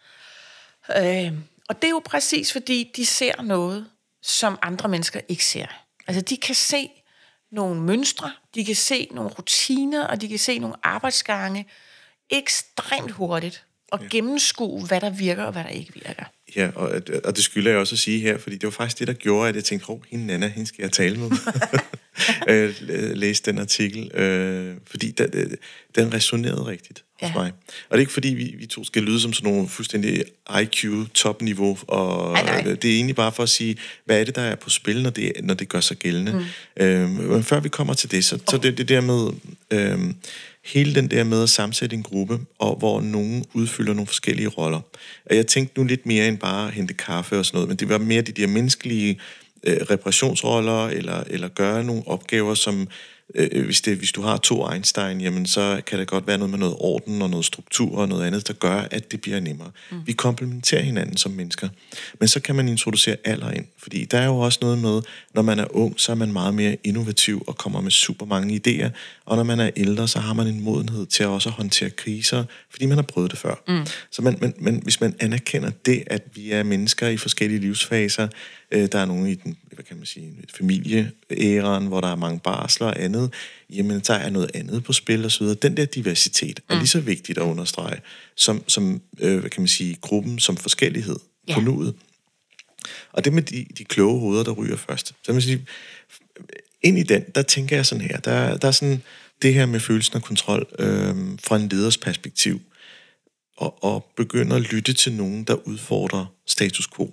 B: Ja. Øh, og det er jo præcis, fordi de ser noget, som andre mennesker ikke ser. Altså, de kan se nogle mønstre, de kan se nogle rutiner, og de kan se nogle arbejdsgange ekstremt hurtigt, og ja. gennemskue, hvad der virker, og hvad der ikke virker.
A: Ja, og, og det skylder jeg også at sige her, fordi det var faktisk det, der gjorde, at jeg tænkte, hov, hende Nana, hende skal jeg tale med. øh, læse den artikel, øh, fordi da, den resonerede rigtigt hos ja. mig. Og det er ikke fordi, vi, vi to skal lyde som sådan nogle fuldstændig I Q-top-niveau, og nej, nej. det er egentlig bare for at sige, hvad er det, der er på spil, når det, når det gør sig gældende. Mm. Øh, men før vi kommer til det, så, så det, det der med... Øh, hele den der med at sammensætte en gruppe, og hvor nogen udfylder nogle forskellige roller. Og jeg tænkte nu lidt mere end bare at hente kaffe og sådan noget, men det var mere de der menneskelige øh, reparationsroller, eller, eller gøre nogle opgaver, som øh, hvis, det, hvis du har to Einstein, jamen så kan det godt være noget med noget orden og noget struktur og noget andet, der gør, at det bliver nemmere. Mm. Vi komplementerer hinanden som mennesker. Men så kan man introducere alder ind, fordi der er jo også noget med, når man er ung, så er man meget mere innovativ og kommer med super mange idéer, og når man er ældre, så har man en modenhed til at også håndtere kriser, fordi man har prøvet det før. Mm. Så man, man, man, hvis man anerkender det, at vi er mennesker i forskellige livsfaser, øh, der er nogle i den, hvad kan man sige, familieæraen, hvor der er mange barsler og andet, jamen der er noget andet på spil og så videre. Den der diversitet er lige så vigtigt at understrege, som, som øh, hvad kan man sige, gruppen som forskellighed ja. på nuet. Og det med de, de kloge hoveder, der ryger først. Så man sige, ind i den, der tænker jeg sådan her, der, der er sådan det her med følelsen af kontrol øh, fra en leders perspektiv, og, og begynder at lytte til nogen, der udfordrer status quo.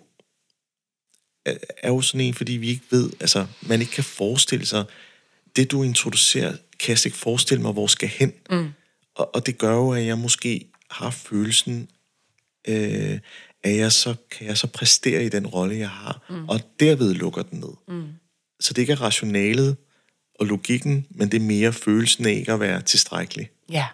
A: Er, er jo sådan en, fordi vi ikke ved, altså man ikke kan forestille sig, det du introducerer, kan jeg ikke forestille mig, hvor skal hen. Mm. Og, og det gør jo, at jeg måske har følelsen, øh, at jeg så, kan jeg så præstere i den rolle, jeg har, mm. og derved lukker den ned. Mm. Så det ikke er rationalet og logikken, men det er mere følelsen af ikke at være tilstrækkelig.
B: Ja.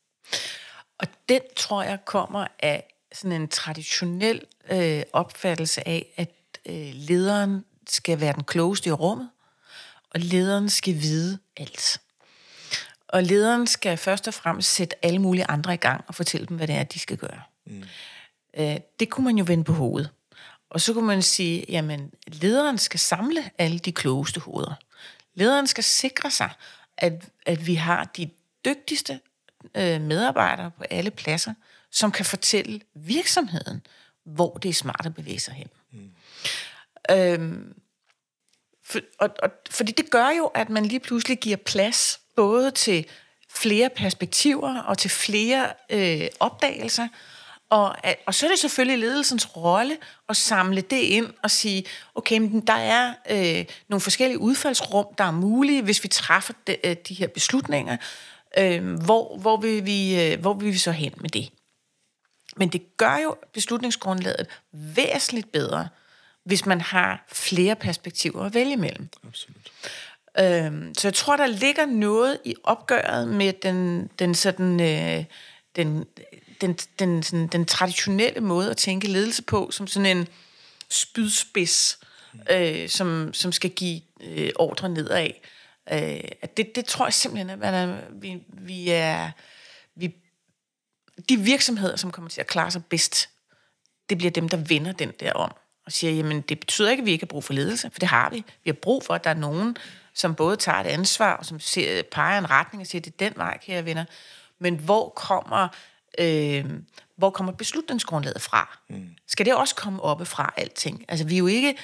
B: Og den, tror jeg, kommer af sådan en traditionel øh, opfattelse af, at øh, lederen skal være den klogeste i rummet, og lederen skal vide alt. Og lederen skal først og fremmest sætte alle mulige andre i gang og fortælle dem, hvad det er, de skal gøre. Mm. Øh, det kunne man jo vende på hovedet. Og så kunne man sige, jamen, lederen skal samle alle de klogeste hoveder. Lederen skal sikre sig, at, at vi har de dygtigste øh, medarbejdere på alle pladser, som kan fortælle virksomheden, hvor det er smart at bevæge sig hen. Mm. Øhm, for, og, og, fordi det gør jo, at man lige pludselig giver plads både til flere perspektiver og til flere øh, opdagelser. Og, og så er det selvfølgelig ledelsens rolle at samle det ind og sige, okay, men der er øh, nogle forskellige udfaldsrum, der er mulige, hvis vi træffer de, øh, de her beslutninger. Øh, hvor, hvor, vil vi, øh, hvor vil vi så hen med det? Men det gør jo beslutningsgrundlaget væsentligt bedre, hvis man har flere perspektiver at vælge imellem.
A: Absolut.
B: Øh, så jeg tror, der ligger noget i opgøret med den, den sådan... Øh, den Den, den, sådan, den traditionelle måde at tænke ledelse på, som sådan en spydspids, øh, som, som skal give øh, ordre nedad. Øh, at det, det tror jeg simpelthen, at er, vi, vi er... Vi, de virksomheder, som kommer til at klare sig bedst, det bliver dem, der vender den der om. og siger, jamen det betyder ikke, at vi ikke har brug for ledelse, for det har vi. Vi har brug for, at der er nogen, som både tager et ansvar, og som ser, peger en retning og siger, det er den vej, kære venner. Men hvor kommer, øh, hvor kommer beslutningsgrundlaget fra? Mm. Skal det også komme oppe fra alting? Altså vi er jo ikke...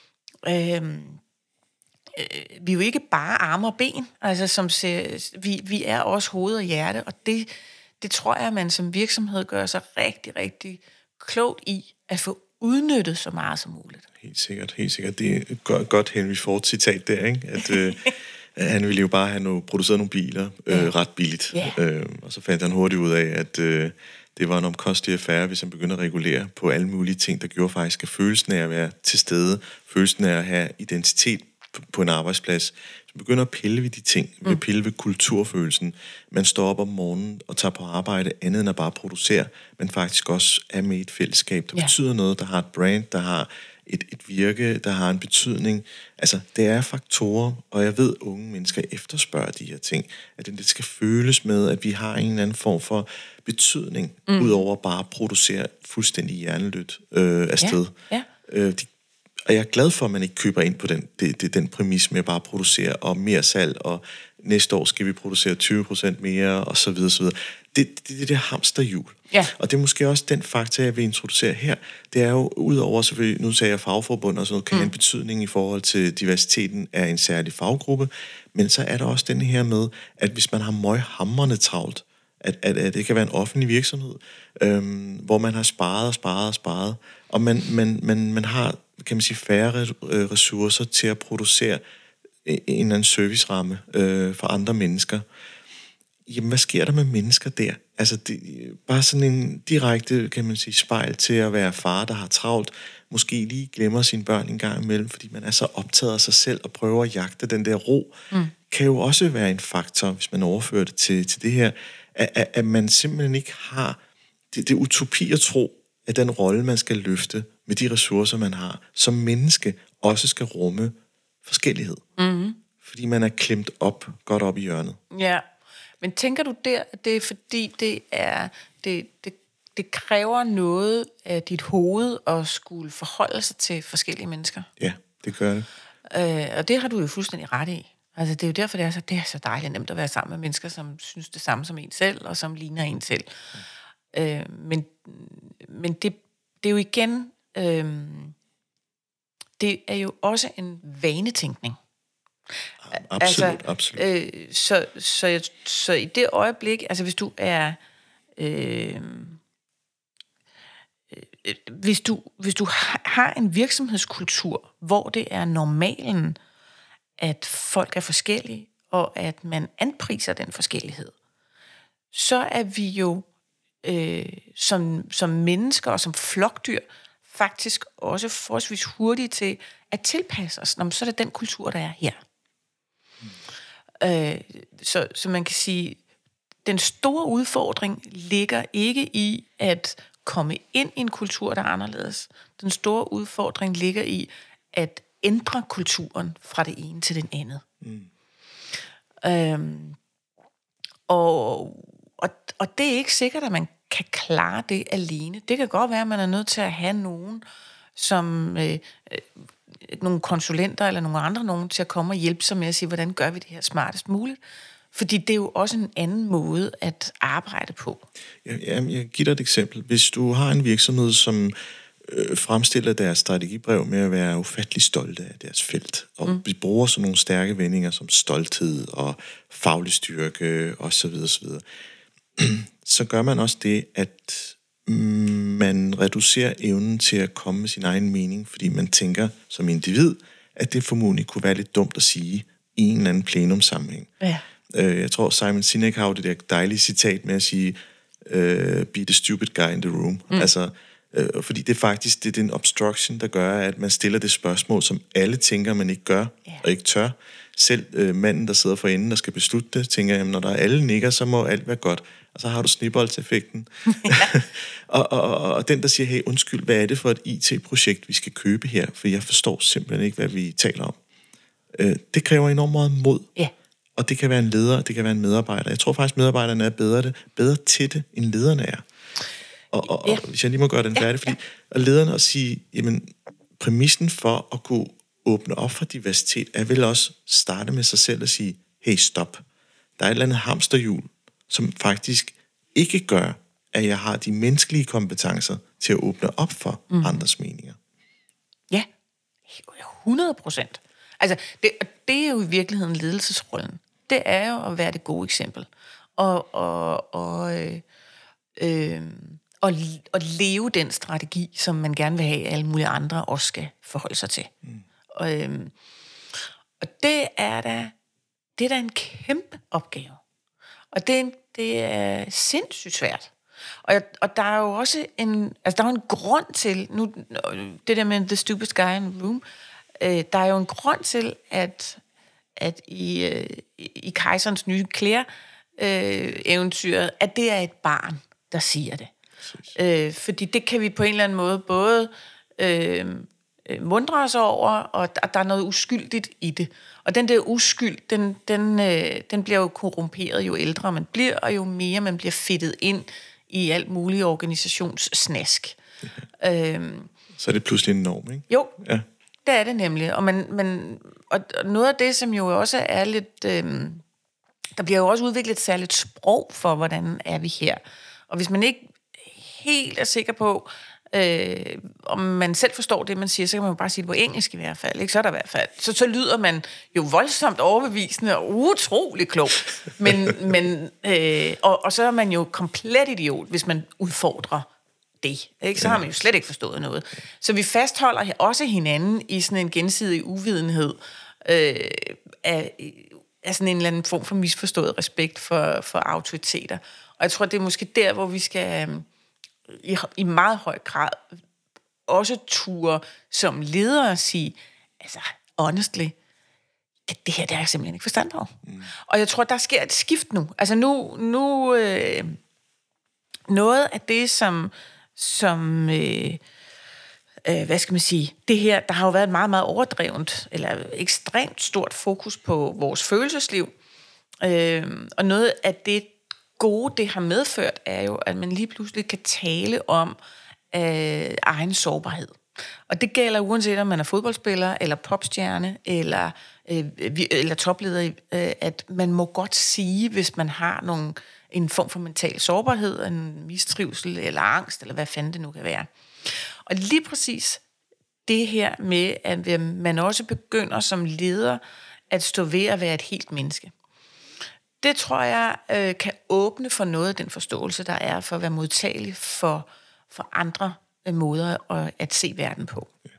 B: Øh, vi er jo ikke bare arme og ben, altså som ser, vi, vi er også hoved og hjerte, og det, det tror jeg, at man som virksomhed gør sig rigtig, rigtig klogt i at få udnyttet så meget som muligt.
A: Helt sikkert, helt sikkert. Det er et godt Henry Ford-citat der, ikke? At øh, han ville jo bare have noget, produceret nogle biler øh, ja. ret billigt, ja. øh, og så fandt han hurtigt ud af, at øh, det var en omkostelig affære, hvis han begyndte at regulere på alle mulige ting, der gjorde faktisk, at følelsen af at være til stede, følelsen af at have identitet på en arbejdsplads, så begynder at pille ved de ting, ved at pille ved kulturfølelsen. Man står op om morgenen og tager på arbejde andet end at bare producere, men faktisk også er med i et fællesskab, der ja. betyder noget, der har et brand, der har et, et virke, der har en betydning. Altså, det er faktorer, og jeg ved, at unge mennesker efterspørger de her ting, at det skal føles med, at vi har en eller anden form for betydning, mm. udover bare at producere fuldstændig hjernelødt øh, afsted. Ja. Ja. Øh, de Og jeg er glad for, at man ikke køber ind på den, det, det, den præmis med at bare producere og mere salg, og næste år skal vi producere tyve procent mere, og så videre, så videre. Det, det, det er det hamsterhjul. Ja. Og det er måske også den faktor, jeg vil introducere her. Det er jo, udover selvfølgelig, nu sagde jeg fagforbund og sådan noget, kan mm. have en betydning i forhold til diversiteten af en særlig faggruppe, men så er der også den her med, at hvis man har møghamrende travlt, at, at, at det kan være en offentlig virksomhed, øhm, hvor man har sparet og sparet og sparet, og man, man, man, man har, kan man sige, færre ressourcer til at producere en eller anden serviceramme øh, for andre mennesker. Jamen, hvad sker der med mennesker der? Altså, det, bare sådan en direkte, kan man sige, spejl til at være far, der har travlt, måske lige glemmer sine børn en gang imellem, fordi man er så optaget af sig selv og prøver at jagte den der ro, mm. kan jo også være en faktor, hvis man overfører det til, til det her, at, at, at man simpelthen ikke har det, det utopi at tro, at den rolle, man skal løfte med de ressourcer, man har, som menneske også skal rumme forskellighed. Mm-hmm. Fordi man er klemt op, godt op i hjørnet.
B: Ja, men tænker du der, at det er fordi, det er det, det, det kræver noget af dit hoved at skulle forholde sig til forskellige mennesker?
A: Ja, det gør det.
B: Øh, og det har du jo fuldstændig ret i. Altså, det er jo derfor, det er så, det er så dejligt nemt at være sammen med mennesker, som synes det samme som en selv, og som ligner en selv. Mm. Øh, men men det, det er jo igen... Øh, det er jo også en vanetænkning.
A: Absolut, altså, absolut.
B: Øh, så, så, så i det øjeblik, altså hvis du er... Øh, øh, hvis du, hvis du har en virksomhedskultur, hvor det er normalen, at folk er forskellige, og at man anpriser den forskellighed, så er vi jo øh, som, som mennesker og som flokdyr faktisk også forholdsvis hurtige til at tilpasse os. Nå, så er det den kultur, der er her. Mm. Øh, så, så man kan sige, den store udfordring ligger ikke i at komme ind i en kultur, der er anderledes. Den store udfordring ligger i at ændre kulturen fra det ene til den andet. Mm. Øhm, og, og, og det er ikke sikkert, at man kan klare det alene. Det kan godt være, at man er nødt til at have nogen, som øh, øh, nogle konsulenter eller nogle andre nogen til at komme og hjælpe sig med at sige, hvordan gør vi det her smartest muligt? Fordi det er jo også en anden måde at arbejde på.
A: Jeg, jeg, jeg giver dig et eksempel. Hvis du har en virksomhed, som øh, fremstiller deres strategibrev med at være ufattelig stolte af deres felt, og mm. vi bruger sådan nogle stærke vendinger som stolthed og faglig styrke osv. osv., så gør man også det, at man reducerer evnen til at komme med sin egen mening, fordi man tænker som individ, at det formodentlig kunne være lidt dumt at sige i en eller anden plenumsammenhæng. Ja. Jeg tror, Simon Sinek har det der dejlige citat med at sige, uh, be the stupid guy in the room. Mm. Altså, uh, fordi det er faktisk det er den obstruction, der gør, at man stiller det spørgsmål, som alle tænker, man ikke gør yeah. og ikke tør. Selv uh, manden, der sidder for enden, der skal beslutte det, tænker, jamen, når der er alle nikker, så må alt være godt. Og så har du snibboldseffekten. og, og, og, og den, der siger, hey, undskyld, hvad er det for et I T-projekt, vi skal købe her? For jeg forstår simpelthen ikke, hvad vi taler om. Uh, det kræver enormt meget mod. Yeah. Og det kan være en leder, det kan være en medarbejder. Jeg tror faktisk, medarbejderne er bedre, det, bedre til det, end lederne er. Og, og, ja. og hvis jeg lige må gøre den færdig, fordi og lederne at sige, jamen, præmissen for at kunne åbne op for diversitet, er vel også starte med sig selv og sige, hey, stop. Der er et eller andet hamsterhjul, som faktisk ikke gør, at jeg har de menneskelige kompetencer til at åbne op for mm. andres meninger.
B: Ja, hundrede procent. Altså, det, det er jo i virkeligheden ledelsesrollen. Det er jo at være det gode eksempel. Og, og, og, øh, øh, og, og leve den strategi, som man gerne vil have, at alle mulige andre også skal forholde sig til. Mm. Og, øh, og det er da, det er da en kæmpe opgave. Og det er, en, det er sindssygt svært. Og, og der er jo også en, altså der er en grund til, nu, det der med the stupid guy in the room, øh, der er jo en grund til, at, at i, øh, i Kejserens nye klæder, øh, eventyret, at det er et barn, der siger det. Øh, fordi det kan vi på en eller anden måde både øh, mundre os over, og der, der er noget uskyldigt i det. Og den der uskyld, den, den, øh, den bliver jo korrumperet, jo ældre man bliver, og jo mere man bliver fedtet ind i alt muligt organisationssnask. Ja. Øhm,
A: Så er det pludselig en norm, ikke?
B: Jo,
A: ja.
B: Det er det nemlig. Og, man, man, og noget af det, som jo også er lidt... Øhm, der bliver jo også udviklet et særligt sprog for, hvordan er vi her. Og hvis man ikke helt er sikker på, øh, om man selv forstår det, man siger, så kan man bare sige det på engelsk i hvert fald. Ikke? Så er der i hvert fald. Så, så lyder man jo voldsomt overbevisende og utrolig klog. Men, men, øh, og, og så er man jo komplet idiot, hvis man udfordrer det. Ikke? Så har man jo slet ikke forstået noget. Så vi fastholder også hinanden i sådan en gensidig uvidenhed øh, af, af sådan en eller anden form for misforstået respekt for, for autoriteter. Og jeg tror, det er måske der, hvor vi skal i, i meget høj grad også ture som ledere at sige, altså honestly, det, det her det har jeg simpelthen ikke forstand på. Mm. Og jeg tror, der sker et skift nu. Altså nu, nu øh, noget af det, som, som øh, øh, hvad skal man sige, det her, der har jo været et meget, meget overdrevent, eller ekstremt stort fokus på vores følelsesliv. Øh, og noget af det gode, det har medført, er jo, at man lige pludselig kan tale om øh, egen sårbarhed. Og det gælder uanset om man er fodboldspiller, eller popstjerne, eller, øh, eller topleder, øh, at man må godt sige, hvis man har nogle, en form for mental sårbarhed, en mistrivsel, eller angst, eller hvad fanden det nu kan være. Og lige præcis det her med, at man også begynder som leder at stå ved at være et helt menneske. Det tror jeg øh, kan åbne for noget af den forståelse, der er for at være modtagelig for, for andre øh, måder at, at se verden på.
A: Ja.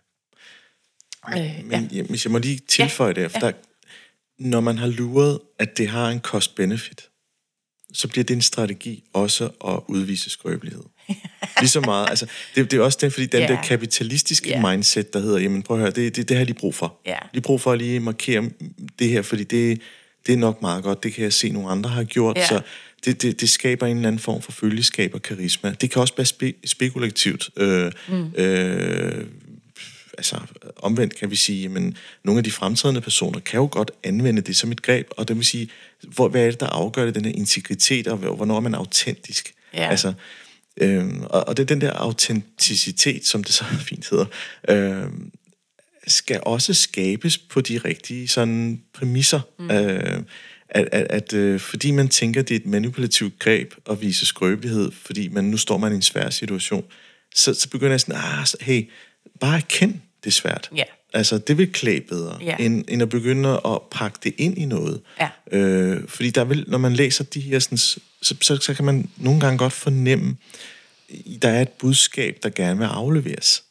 A: Men, øh, men ja. hvis jeg må lige tilføje ja. det, for ja. der, når man har luret, at det har en cost-benefit, så bliver det en strategi også at udvise skrøbelighed. Lige så meget. Altså, det, det er også den, fordi den yeah. der kapitalistiske yeah. mindset, der hedder, jamen prøv at høre, det, det, det har jeg lige brug for. Yeah. Lige brug for at lige markere det her, fordi det, det er nok meget godt. Det kan jeg se, nogle andre har gjort. Yeah. Så det, det, det skaber en eller anden form for følgeskab og karisma. Det kan også være spe, spekulativt. Øh, mm. øh, altså, omvendt kan vi sige, men nogle af de fremtrædende personer kan jo godt anvende det som et greb, og det vil sige, hvor, hvad er det, der afgør det, den her integritet, og hvornår er man autentisk? Yeah. Altså, Øhm, og, og det er den der autenticitet, som det så fint hedder, øhm, skal også skabes på de rigtige sådan præmisser. Mm. Øh, at, at, at øh, fordi man tænker, det er et manipulativt greb at vise skrøbelighed, fordi man nu står man i en svær situation, så, så begynder jeg sådan, ah, hey, bare erkend, det er svært. Yeah. Altså, det vil klæde bedre, yeah. end, end at begynde at pakke det ind i noget. Yeah. Øh, fordi der vil, når man læser de her, sådan, så, så, så kan man nogle gange godt fornemme, der er et budskab, der gerne vil afleveres.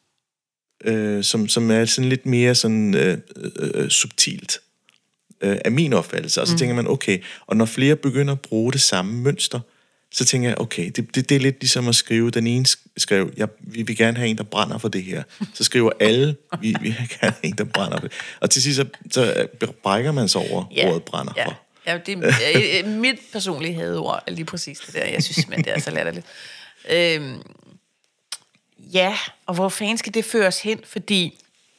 A: Øh, som, som er sådan lidt mere sådan, øh, øh, subtilt, øh, af min opfattelse. Og så mm. tænker man, okay, og når flere begynder at bruge det samme mønster, så tænker jeg, okay, det, det, det er lidt ligesom at skrive, den ene skrev, jeg, vi vil gerne have en, der brænder for det her. Så skriver alle, vi, vi vil gerne have en, der brænder for det. Og til sidst, så, så brækker man sig over yeah. ordet brænder
B: yeah.
A: for.
B: Ja, det er mit personlige hadeord, lige præcis det der. Jeg synes simpelthen, det er så latterligt. Øhm, ja, og hvor fanden skal det føre os hen? Fordi,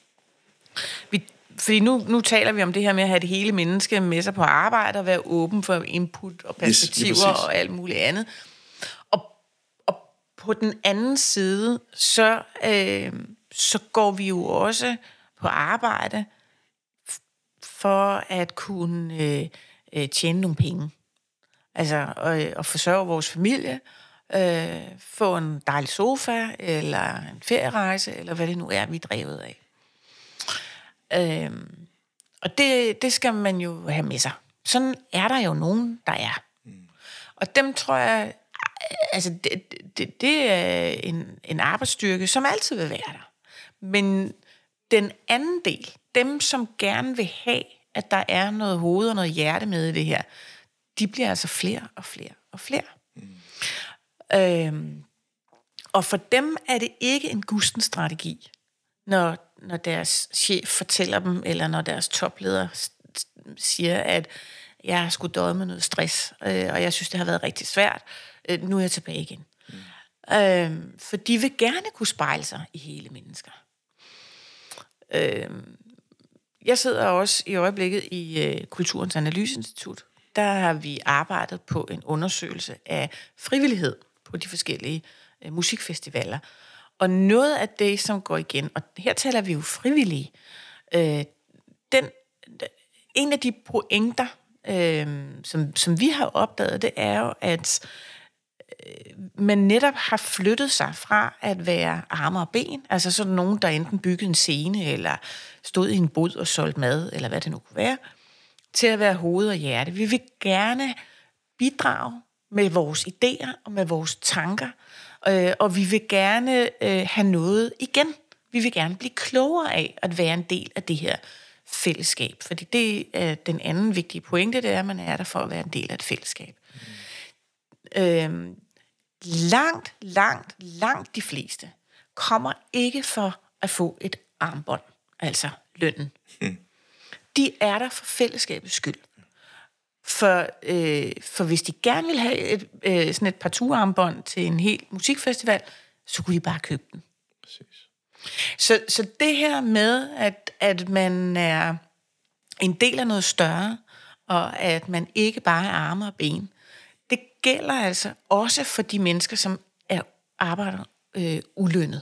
B: vi, fordi nu, nu taler vi om det her med at have det hele menneske med sig på arbejde, og være åben for input og perspektiver yes, og alt muligt andet. Og, og på den anden side, så, øh, så går vi jo også på arbejde for at kunne øh, øh, tjene nogle penge. Altså at, at forsørge vores familie, øh, få en dejlig sofa, eller en ferierejse, eller hvad det nu er, vi er drevet af. Øh, og det, det skal man jo have med sig. Sådan er der jo nogen, der er. Mm. Og dem tror jeg, altså det, det, det er en, en arbejdsstyrke, som altid vil være der. Men den anden del, dem som gerne vil have, at der er noget hoved og noget hjerte med i det her, de bliver altså flere og flere og flere. Mm. Øhm, og for dem er det ikke en gusten strategi, når, når deres chef fortæller dem, eller når deres topleder siger, at jeg har sgu døjet med noget stress, øh, og jeg synes, det har været rigtig svært. Øh, nu er jeg tilbage igen. Mm. Øhm, for de vil gerne kunne spejle sig i hele mennesker. Øhm, jeg sidder også i øjeblikket i øh, Kulturens Analyseinstitut. Der har vi arbejdet på en undersøgelse af frivillighed på de forskellige øh, musikfestivaler. Og noget af det, som går igen, og her taler vi jo frivillige, øh, den, en af de pointer, øh, som, som vi har opdaget, det er jo, at øh, man netop har flyttet sig fra at være arme og ben, altså sådan nogen, der enten byggede en scene, eller stod i en bod og solgte mad, eller hvad det nu kunne være, til at være hoved og hjerte. Vi vil gerne bidrage med vores idéer og med vores tanker, øh, og vi vil gerne øh, have noget igen. Vi vil gerne blive klogere af at være en del af det her fællesskab, fordi det er den anden vigtige pointe, det er, at man er der for at være en del af et fællesskab. Mm. Øhm, langt, langt, langt de fleste kommer ikke for at få et armbånd, altså lønnen. Mm. De er der for fællesskabets skyld. For, øh, for hvis de gerne vil have et, øh, sådan et partout-armbånd til en hel musikfestival, så kunne de bare købe den. Præcis. Så, så det her med, at, at man er en del af noget større, og at man ikke bare er arme og ben, det gælder altså også for de mennesker, som er arbejder øh, ulønnet.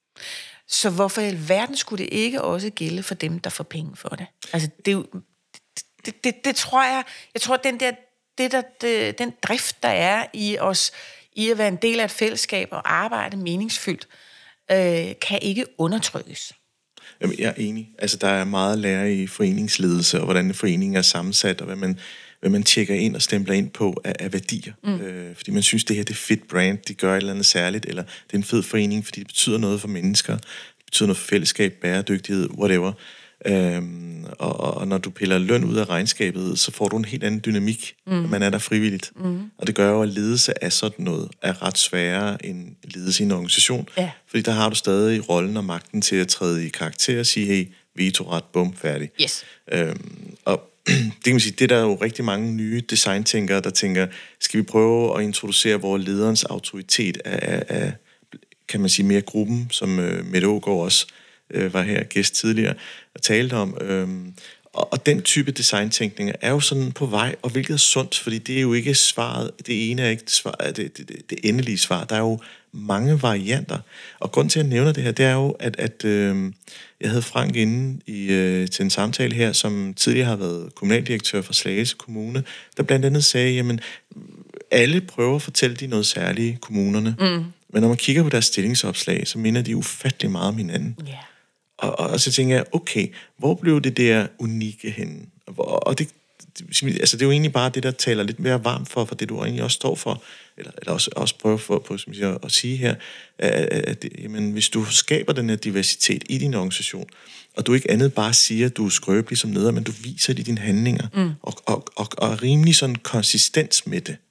B: Så hvorfor i alverden skulle det ikke også gælde for dem, der får penge for det? Altså, det er jo, det, det, det tror jeg, jeg tror, den der, det der, det, den drift, der er i os, i at være en del af et fællesskab og arbejde meningsfyldt, øh, kan ikke undertrykkes.
A: Jamen, jeg er enig. Altså, der er meget at lære i foreningsledelse, og hvordan foreningen er sammensat, og hvad man, hvad man tjekker ind og stempler ind på af, af værdier. Mm. Øh, fordi man synes, det her det er fedt brand, de gør et eller andet særligt, eller det er en fed forening, fordi det betyder noget for mennesker, det betyder noget for fællesskab, bæredygtighed, whatever. Øhm, og, og når du piller løn ud af regnskabet, så får du en helt anden dynamik, mm. når man er der frivilligt. Mm. Og det gør jo, at ledelse af sådan noget er ret sværere end ledelse i en organisation. Ja. Fordi der har du stadig rollen og magten til at træde i karakter og sige, hey, vetoret, bum, færdig.
B: Yes.
A: Øhm, og det kan man sige, det er der jo rigtig mange nye designtænkere, der tænker, skal vi prøve at introducere, hvor lederens autoritet er, er kan man sige, mere gruppen, som øh, Mette Aagaard også øh, var her gæst tidligere og talte om. Øhm, og, og den type designtænkning er jo sådan på vej, og hvilket er sundt, fordi det er jo ikke svaret, det ene er ikke det, svar, det, det, det, det endelige svar. Der er jo mange varianter. Og grund til, at jeg nævner det her, det er jo, at, at øh, jeg havde Frank inde i, øh, til en samtale her, som tidligere har været kommunaldirektør for Slagelse Kommune, der blandt andet sagde, jamen, alle prøver at fortælle de noget særligt, kommunerne. Mm. Men når man kigger på deres stillingsopslag, så minder de ufattelig meget om hinanden. Yeah. Og, og, og så tænker jeg, okay, hvor blev det der unikke henne? Og, og det, det, altså det er jo egentlig bare det, der taler lidt mere varmt for, for det du egentlig også står for, eller, eller også, også prøver for, på, som siger, at sige her, at, at jamen, hvis du skaber den her diversitet i din organisation, og du ikke andet bare siger, at du er skrøbelig som leder, men du viser det i dine handlinger, mm. og, og, og, og er rimelig sådan konsistens med det,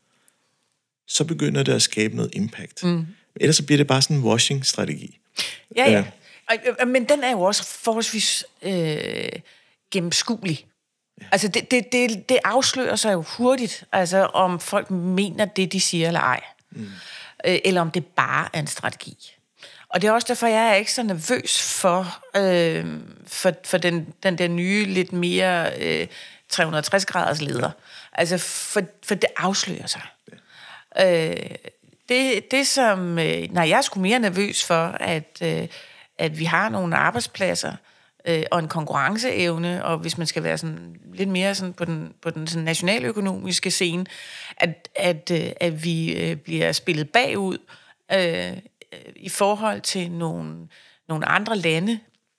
A: så begynder det at skabe noget impact. Mm. Ellers så bliver det bare sådan en washing-strategi.
B: Ja, ja. Og, men den er jo også forholdsvis øh, gennemskuelig. Ja. Altså, det, det, det, det afslører sig jo hurtigt, altså om folk mener det, de siger, eller ej. Mm. Øh, eller om det bare er en strategi. Og det er også derfor, jeg er ikke så nervøs for, øh, for, for den, den der nye, lidt mere øh, tre hundrede og tres graders leder. Ja. Altså, for, for det afslører sig. Ja. Øh, det, det som... Øh, nej, jeg er sgu mere nervøs for, at... Øh, at vi har nogle arbejdspladser øh, og en konkurrenceevne, og hvis man skal være sådan lidt mere sådan på den, på den sådan nationaløkonomiske scene, at, at, øh, at vi øh, bliver spillet bagud øh, i forhold til nogle, nogle andre lande,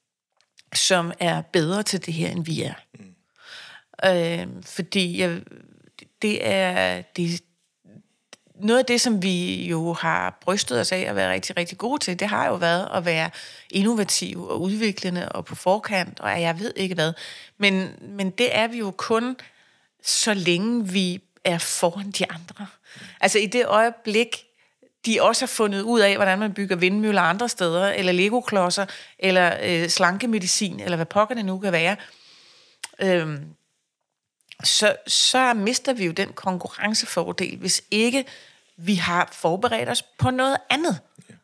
B: som er bedre til det her, end vi er. Mm. Øh, fordi jeg, det er det, noget af det, som vi jo har brystet os af at være rigtig, rigtig gode til, det har jo været at være innovative og udviklende og på forkant, og jeg ved ikke hvad. Men, men det er vi jo kun, så længe vi er foran de andre. Altså i det øjeblik, de også har fundet ud af, hvordan man bygger vindmøller andre steder, eller legoklodser, eller øh, slankemedicin, eller hvad pokker det nu kan være, øh, så, så mister vi jo den konkurrencefordel, hvis ikke vi har forberedt os på noget andet. Ja,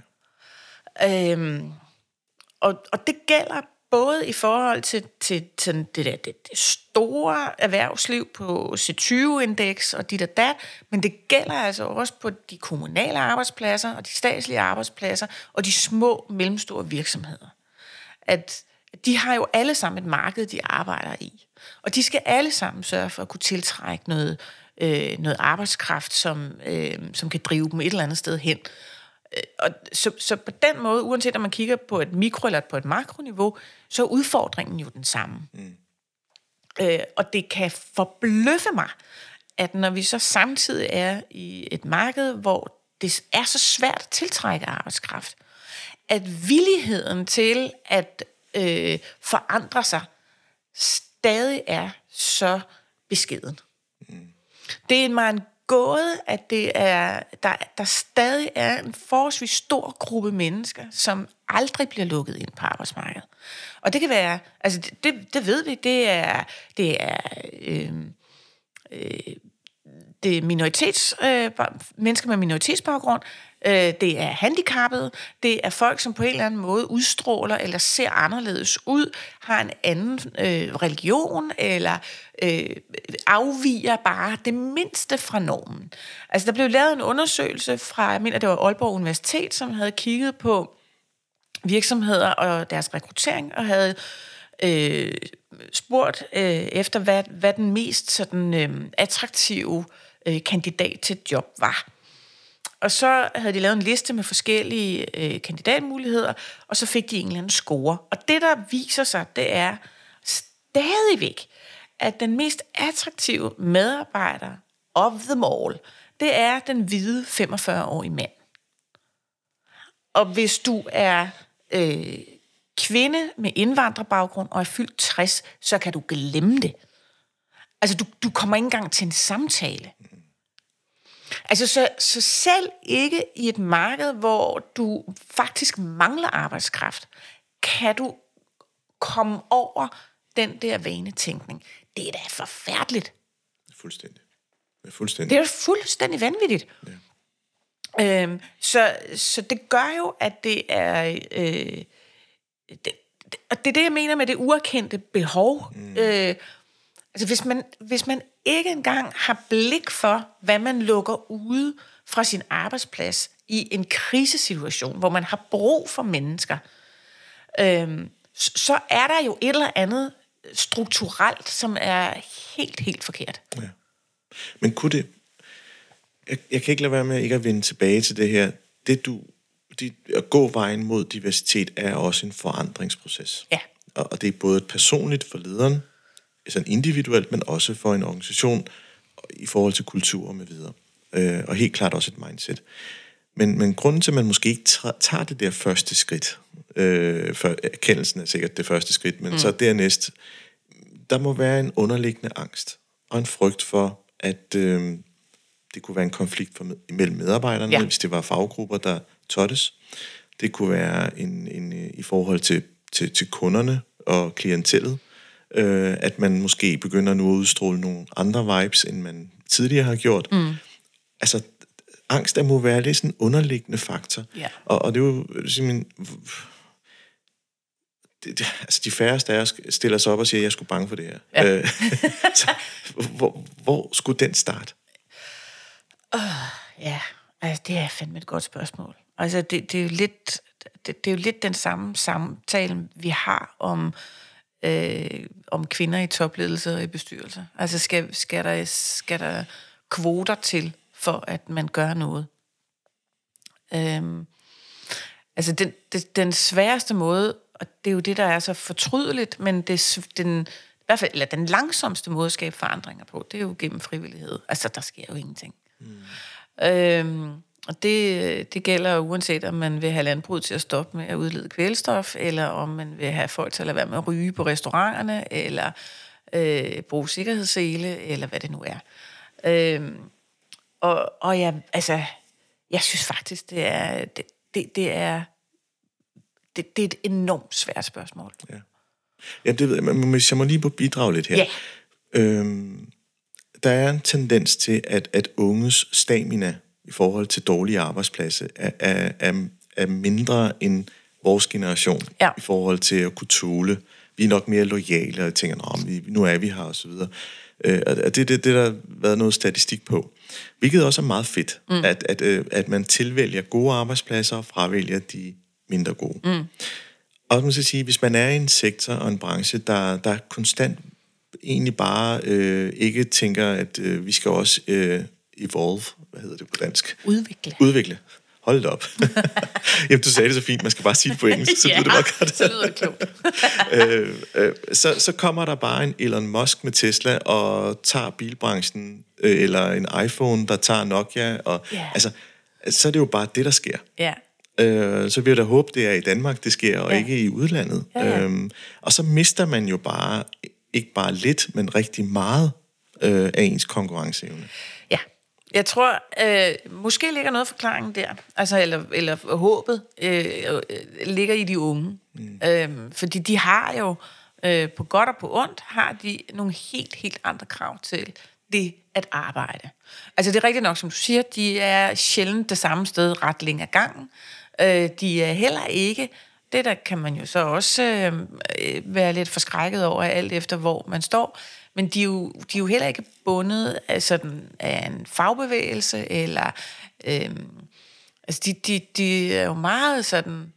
B: ja. Øhm, og, og det gælder både i forhold til, til, til det, der, det, det store erhvervsliv på C tyve-indeks og dit og dat, men det gælder altså også på de kommunale arbejdspladser og de statslige arbejdspladser og de små, mellemstore virksomheder. At de har jo alle sammen et marked, de arbejder i. Og de skal alle sammen sørge for at kunne tiltrække noget, øh, noget arbejdskraft, som, øh, som kan drive dem et eller andet sted hen. Og så, så på den måde, uanset om man kigger på et mikro- eller på et makroniveau, så er udfordringen jo den samme. Mm. Øh, og det kan forbløffe mig, at når vi så samtidig er i et marked, hvor det er så svært at tiltrække arbejdskraft, at villigheden til at øh, forandre sig stadig er så beskeden. Mm. Det er mig en gåde, at det er, der, der stadig er en forholdsvis stor gruppe mennesker, som aldrig bliver lukket ind på arbejdsmarkedet. Og det kan være, altså det, det, det ved vi, det er, det er, øh, øh, det er minoritets, øh, mennesker med minoritetsbaggrund, øh, det er handicappede, det er folk, som på en eller anden måde udstråler eller ser anderledes ud, har en anden øh, religion, eller øh, afviger bare det mindste fra normen. Altså, der blev lavet en undersøgelse fra, jeg mener, det var Aalborg Universitet, som havde kigget på virksomheder og deres rekruttering, og havde øh, spurgt øh, efter, hvad, hvad den mest sådan, øh, attraktive øh, kandidat til et job var. Og så havde de lavet en liste med forskellige øh, kandidatmuligheder, og så fik de en eller anden score. Og det, der viser sig, det er stadigvæk, at den mest attraktive medarbejder of them all, det er den hvide femogfyrre-årige mand. Og hvis du er øh, kvinde med indvandrerbaggrund og er fyldt tres, så kan du glemme det. Altså, du, du kommer ikke engang til en samtale. Altså, så, så selv ikke i et marked, hvor du faktisk mangler arbejdskraft, kan du komme over den der vanetænkning. Det er da forfærdeligt.
A: Fuldstændig. Det er fuldstændig.
B: Det er fuldstændig vanvittigt. Ja. Øhm, så, så det gør jo, at det er... Øh, det, det, og det er det, jeg mener med det uerkendte behov. Mm. Øh, altså, hvis man, hvis man ikke engang har blik for, hvad man lukker ude fra sin arbejdsplads i en krisesituation, hvor man har brug for mennesker, øhm, så er der jo et eller andet strukturelt, som er helt, helt forkert.
A: Ja. Men kunne det... Jeg, jeg kan ikke lade være med ikke at vende tilbage til det her. Det du... Det, at gå vejen mod diversitet er også en forandringsproces.
B: Ja.
A: Og, og det er både personligt for lederen, sådan individuelt, men også for en organisation i forhold til kultur og med videre. Øh, og helt klart også et mindset. Men, men grunden til, at man måske ikke tager det der første skridt, øh, for erkendelsen er sikkert det første skridt, men mm. så dernæst, der må være en underliggende angst og en frygt for, at øh, det kunne være en konflikt for, mellem medarbejderne, ja. Hvis det var faggrupper, der tottes. Det kunne være en, en, i forhold til, til, til kunderne og klientellet, øh, at man måske begynder nu at udstråle nogle andre vibes, end man tidligere har gjort. Mm. Altså, angst der må være lidt sådan en underliggende faktor. Yeah. Og, og det er jo simpelthen... Det, det, altså, de færreste af os stiller sig op og siger, at jeg skulle bange for det her. Ja. Øh, så, hvor, hvor skulle den starte?
B: Uh, ja, altså, det er fandme et godt spørgsmål. Altså, det, det er jo lidt... det, det er jo lidt den samme samtale, vi har om, øh, om kvinder i topledelse og i bestyrelser. Altså skal, skal, der, skal der kvoter til, for at man gør noget? Øhm, altså den, det, den sværeste måde, og det er jo det, der er så fortrydeligt, men det, den, i hvert fald, eller den langsomste måde at skabe forandringer på, det er jo gennem frivillighed. Altså, der sker jo ingenting. Mm. Øhm, og det, det gælder uanset, om man vil have landbruget til at stoppe med at udlede kvælstof, eller om man vil have folk til at lade være med at ryge på restauranterne, eller øh, bruge sikkerhedssele, eller hvad det nu er. Øhm, og, og jeg, altså, jeg synes faktisk, det er, det, det, det er, det, det er et enormt svært spørgsmål.
A: Ja. Ja, det ved jeg, men hvis jeg må lige bidrage lidt her.
B: Ja.
A: Øhm, der er en tendens til, at, at unges stamina i forhold til dårlige arbejdspladser er, er, er, er mindre end vores generation
B: ja.
A: i forhold til at kunne tåle. Vi er nok mere loyale og tænker, Nå, nu er vi her og så videre. Øh, og det er det, det, der har været noget statistik på. Hvilket også er meget fedt, mm. at, at, at man tilvælger gode arbejdspladser og fravælger de mindre gode. Mm. Og man skal sige, hvis man er i en sektor og en branche, der, der konstant egentlig bare øh, ikke tænker, at øh, vi skal også øh, evolve, hvad hedder det på dansk?
B: Udvikle.
A: Udvikle. Hold det op. Jamen, du sagde det så fint, man skal bare sige det på engelsk, så
B: ja,
A: lyder det meget godt.
B: så lyder det klogt.
A: øh, øh, så, så kommer der bare en Elon Musk med Tesla og tager bilbranchen, øh, eller en iPhone, der tager Nokia, og
B: yeah.
A: altså, så er det jo bare det, der sker.
B: Ja.
A: Øh, så vil jeg da håbe, det er i Danmark, det sker, og ja. ikke i udlandet.
B: Ja, ja.
A: Øhm, og så mister man jo bare, ikke bare lidt, men rigtig meget øh, af ens konkurrenceevne.
B: Ja, jeg tror, øh, måske ligger noget forklaringen der, altså, eller, eller håbet øh, ligger i de unge. Mm. Øh, fordi de har jo, øh, på godt og på ondt, har de nogle helt, helt andre krav til det at arbejde. Altså det er rigtigt nok, som du siger, de er sjældent det samme sted ret længe ad gangen. Øh, de er heller ikke, det der kan man jo så også øh, være lidt forskrækket over, alt efter hvor man står, men de er jo, de er jo heller ikke bundet af, sådan, af en fagbevægelse, eller øh, altså de, de, de er jo meget sådan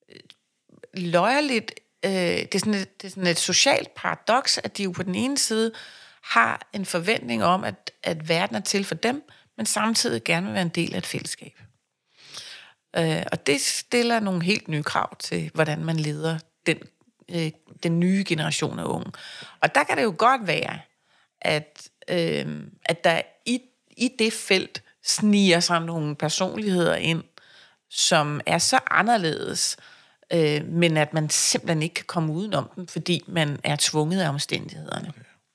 B: løjerligt, øh, det, er sådan et, det er sådan et socialt paradoks, at de jo på den ene side har en forventning om, at, at verden er til for dem, men samtidig gerne vil være en del af et fællesskab. Øh, og det stiller nogle helt nye krav til, hvordan man leder den, øh, den nye generation af unge. Og der kan det jo godt være, at, øh, at der i, i det felt sniger sig nogle personligheder ind, som er så anderledes, øh, men at man simpelthen ikke kan komme udenom dem, fordi man er tvunget af omstændighederne.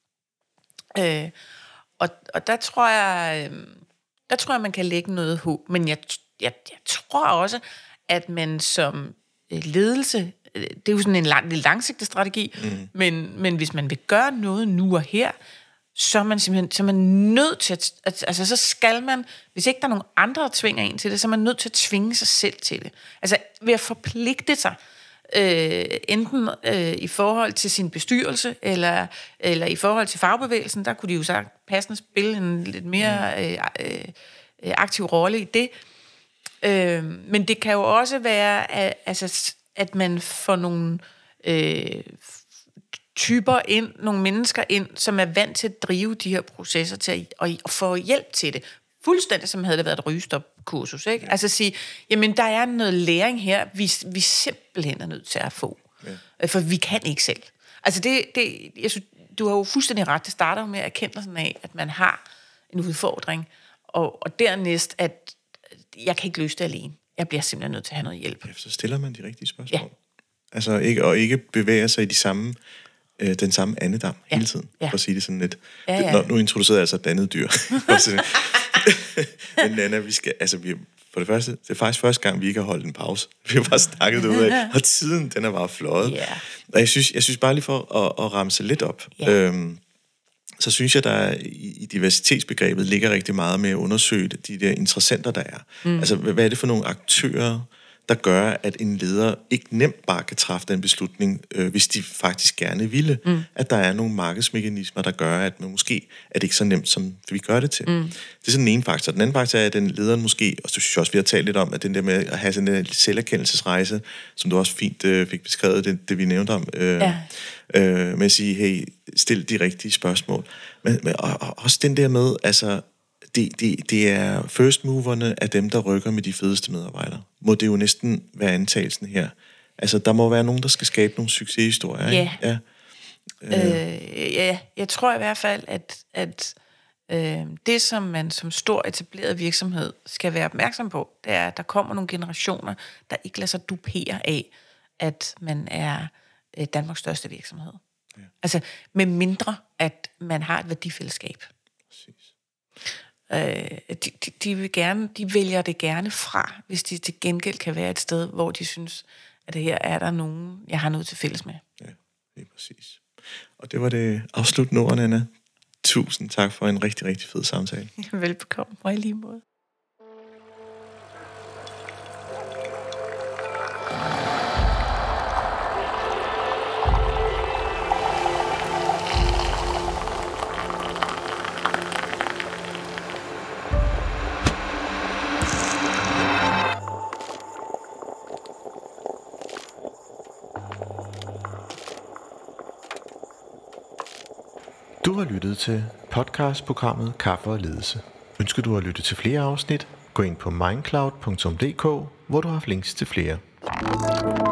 B: Øh, og, og der tror jeg, øh, der tror jeg, man kan lægge noget håb, men jeg Jeg, jeg tror også, at man som ledelse, det er jo sådan en lang, langsigtet strategi, mm. men, men hvis man vil gøre noget nu og her, så er man simpelthen så er man nødt til at, altså så skal man, hvis ikke der er nogen andre, der tvinger en til det, så er man nødt til at tvinge sig selv til det. Altså ved at forpligte sig, øh, enten øh, i forhold til sin bestyrelse, eller, eller i forhold til fagbevægelsen, der kunne de jo så passende spille en lidt mere øh, øh, aktiv rolle i det. Øh, men det kan jo også være, at, altså, at man får nogle øh, typer ind, nogle mennesker ind, som er vant til at drive de her processer til at, og, og få hjælp til det. Fuldstændig som havde det været et rygestopkursus, ikke? Ja. Altså at sige, jamen der er noget læring her, vi, vi simpelthen er nødt til at få. Ja. For vi kan ikke selv. Altså det, det jeg synes, du har jo fuldstændig ret, det starter jo med erkendelsen af, at man har en udfordring, og, og dernæst, at jeg kan ikke løse det alene. Jeg bliver simpelthen nødt til at have noget hjælp.
A: Ja, så stiller man de rigtige spørgsmål. Ja. Altså ikke, og ikke bevæger sig i de samme, øh, den samme andedam ja. hele tiden, ja. for at sige det sådan lidt.
B: Ja, ja.
A: Nå, nu introducerede jeg altså et andet dyr. Men Nanna, vi skal, altså vi, for det første, det er faktisk første gang, vi ikke har holdt en pause. Vi har bare snakket ud af, og tiden, den er bare fløjet. Yeah. Og jeg synes, jeg synes bare lige for at, at ramse lidt op, yeah. øhm, så synes jeg, der i, i diversitetsbegrebet ligger rigtig meget med at undersøge de der interessenter, der er. Mm. Altså, hvad er det for nogle aktører, der gør, at en leder ikke nemt bare kan træffe den beslutning, øh, hvis de faktisk gerne ville. Mm. At der er nogle markedsmekanismer, der gør, at man måske er det ikke så nemt, som vi gør det til. Mm. Det er sådan den ene faktor. Den anden faktor er, at den lederen måske, og så synes jeg også, vi har talt lidt om, at den der med at have sådan en selverkendelsesrejse, som du også fint øh, fik beskrevet, det, det vi nævnte om, øh, ja. øh, med at sige, hey, stil de rigtige spørgsmål. Men, men og, og også den der med, altså, Det, det, det er first moverne af dem, der rykker med de fedeste medarbejdere. Må det jo næsten være antagelsen her. Altså, der må være nogen, der skal skabe nogle succeshistorier.
B: Yeah.
A: Ja.
B: Øh, ja, jeg tror i hvert fald, at, at øh, det, som man som stor etableret virksomhed skal være opmærksom på, det er, at der kommer nogle generationer, der ikke lader sig dupere af, at man er øh, Danmarks største virksomhed. Ja. Altså, med mindre, at man har et værdifællesskab. Præcis. Øh, de, de, de, vil gerne, de vælger det gerne fra, hvis de til gengæld kan være et sted, hvor de synes, at her er der nogen, jeg har noget til fælles med.
A: Ja, det er præcis. Og det var det afsluttende ord, Nanna. Tusind tak for en rigtig, rigtig fed samtale.
B: Velbekomme, og i lige måde.
C: Du har lyttet til podcastprogrammet Kaffe og Ledelse. Ønsker du at lytte til flere afsnit? Gå ind på mindcloud punktum d k, hvor du har links til flere.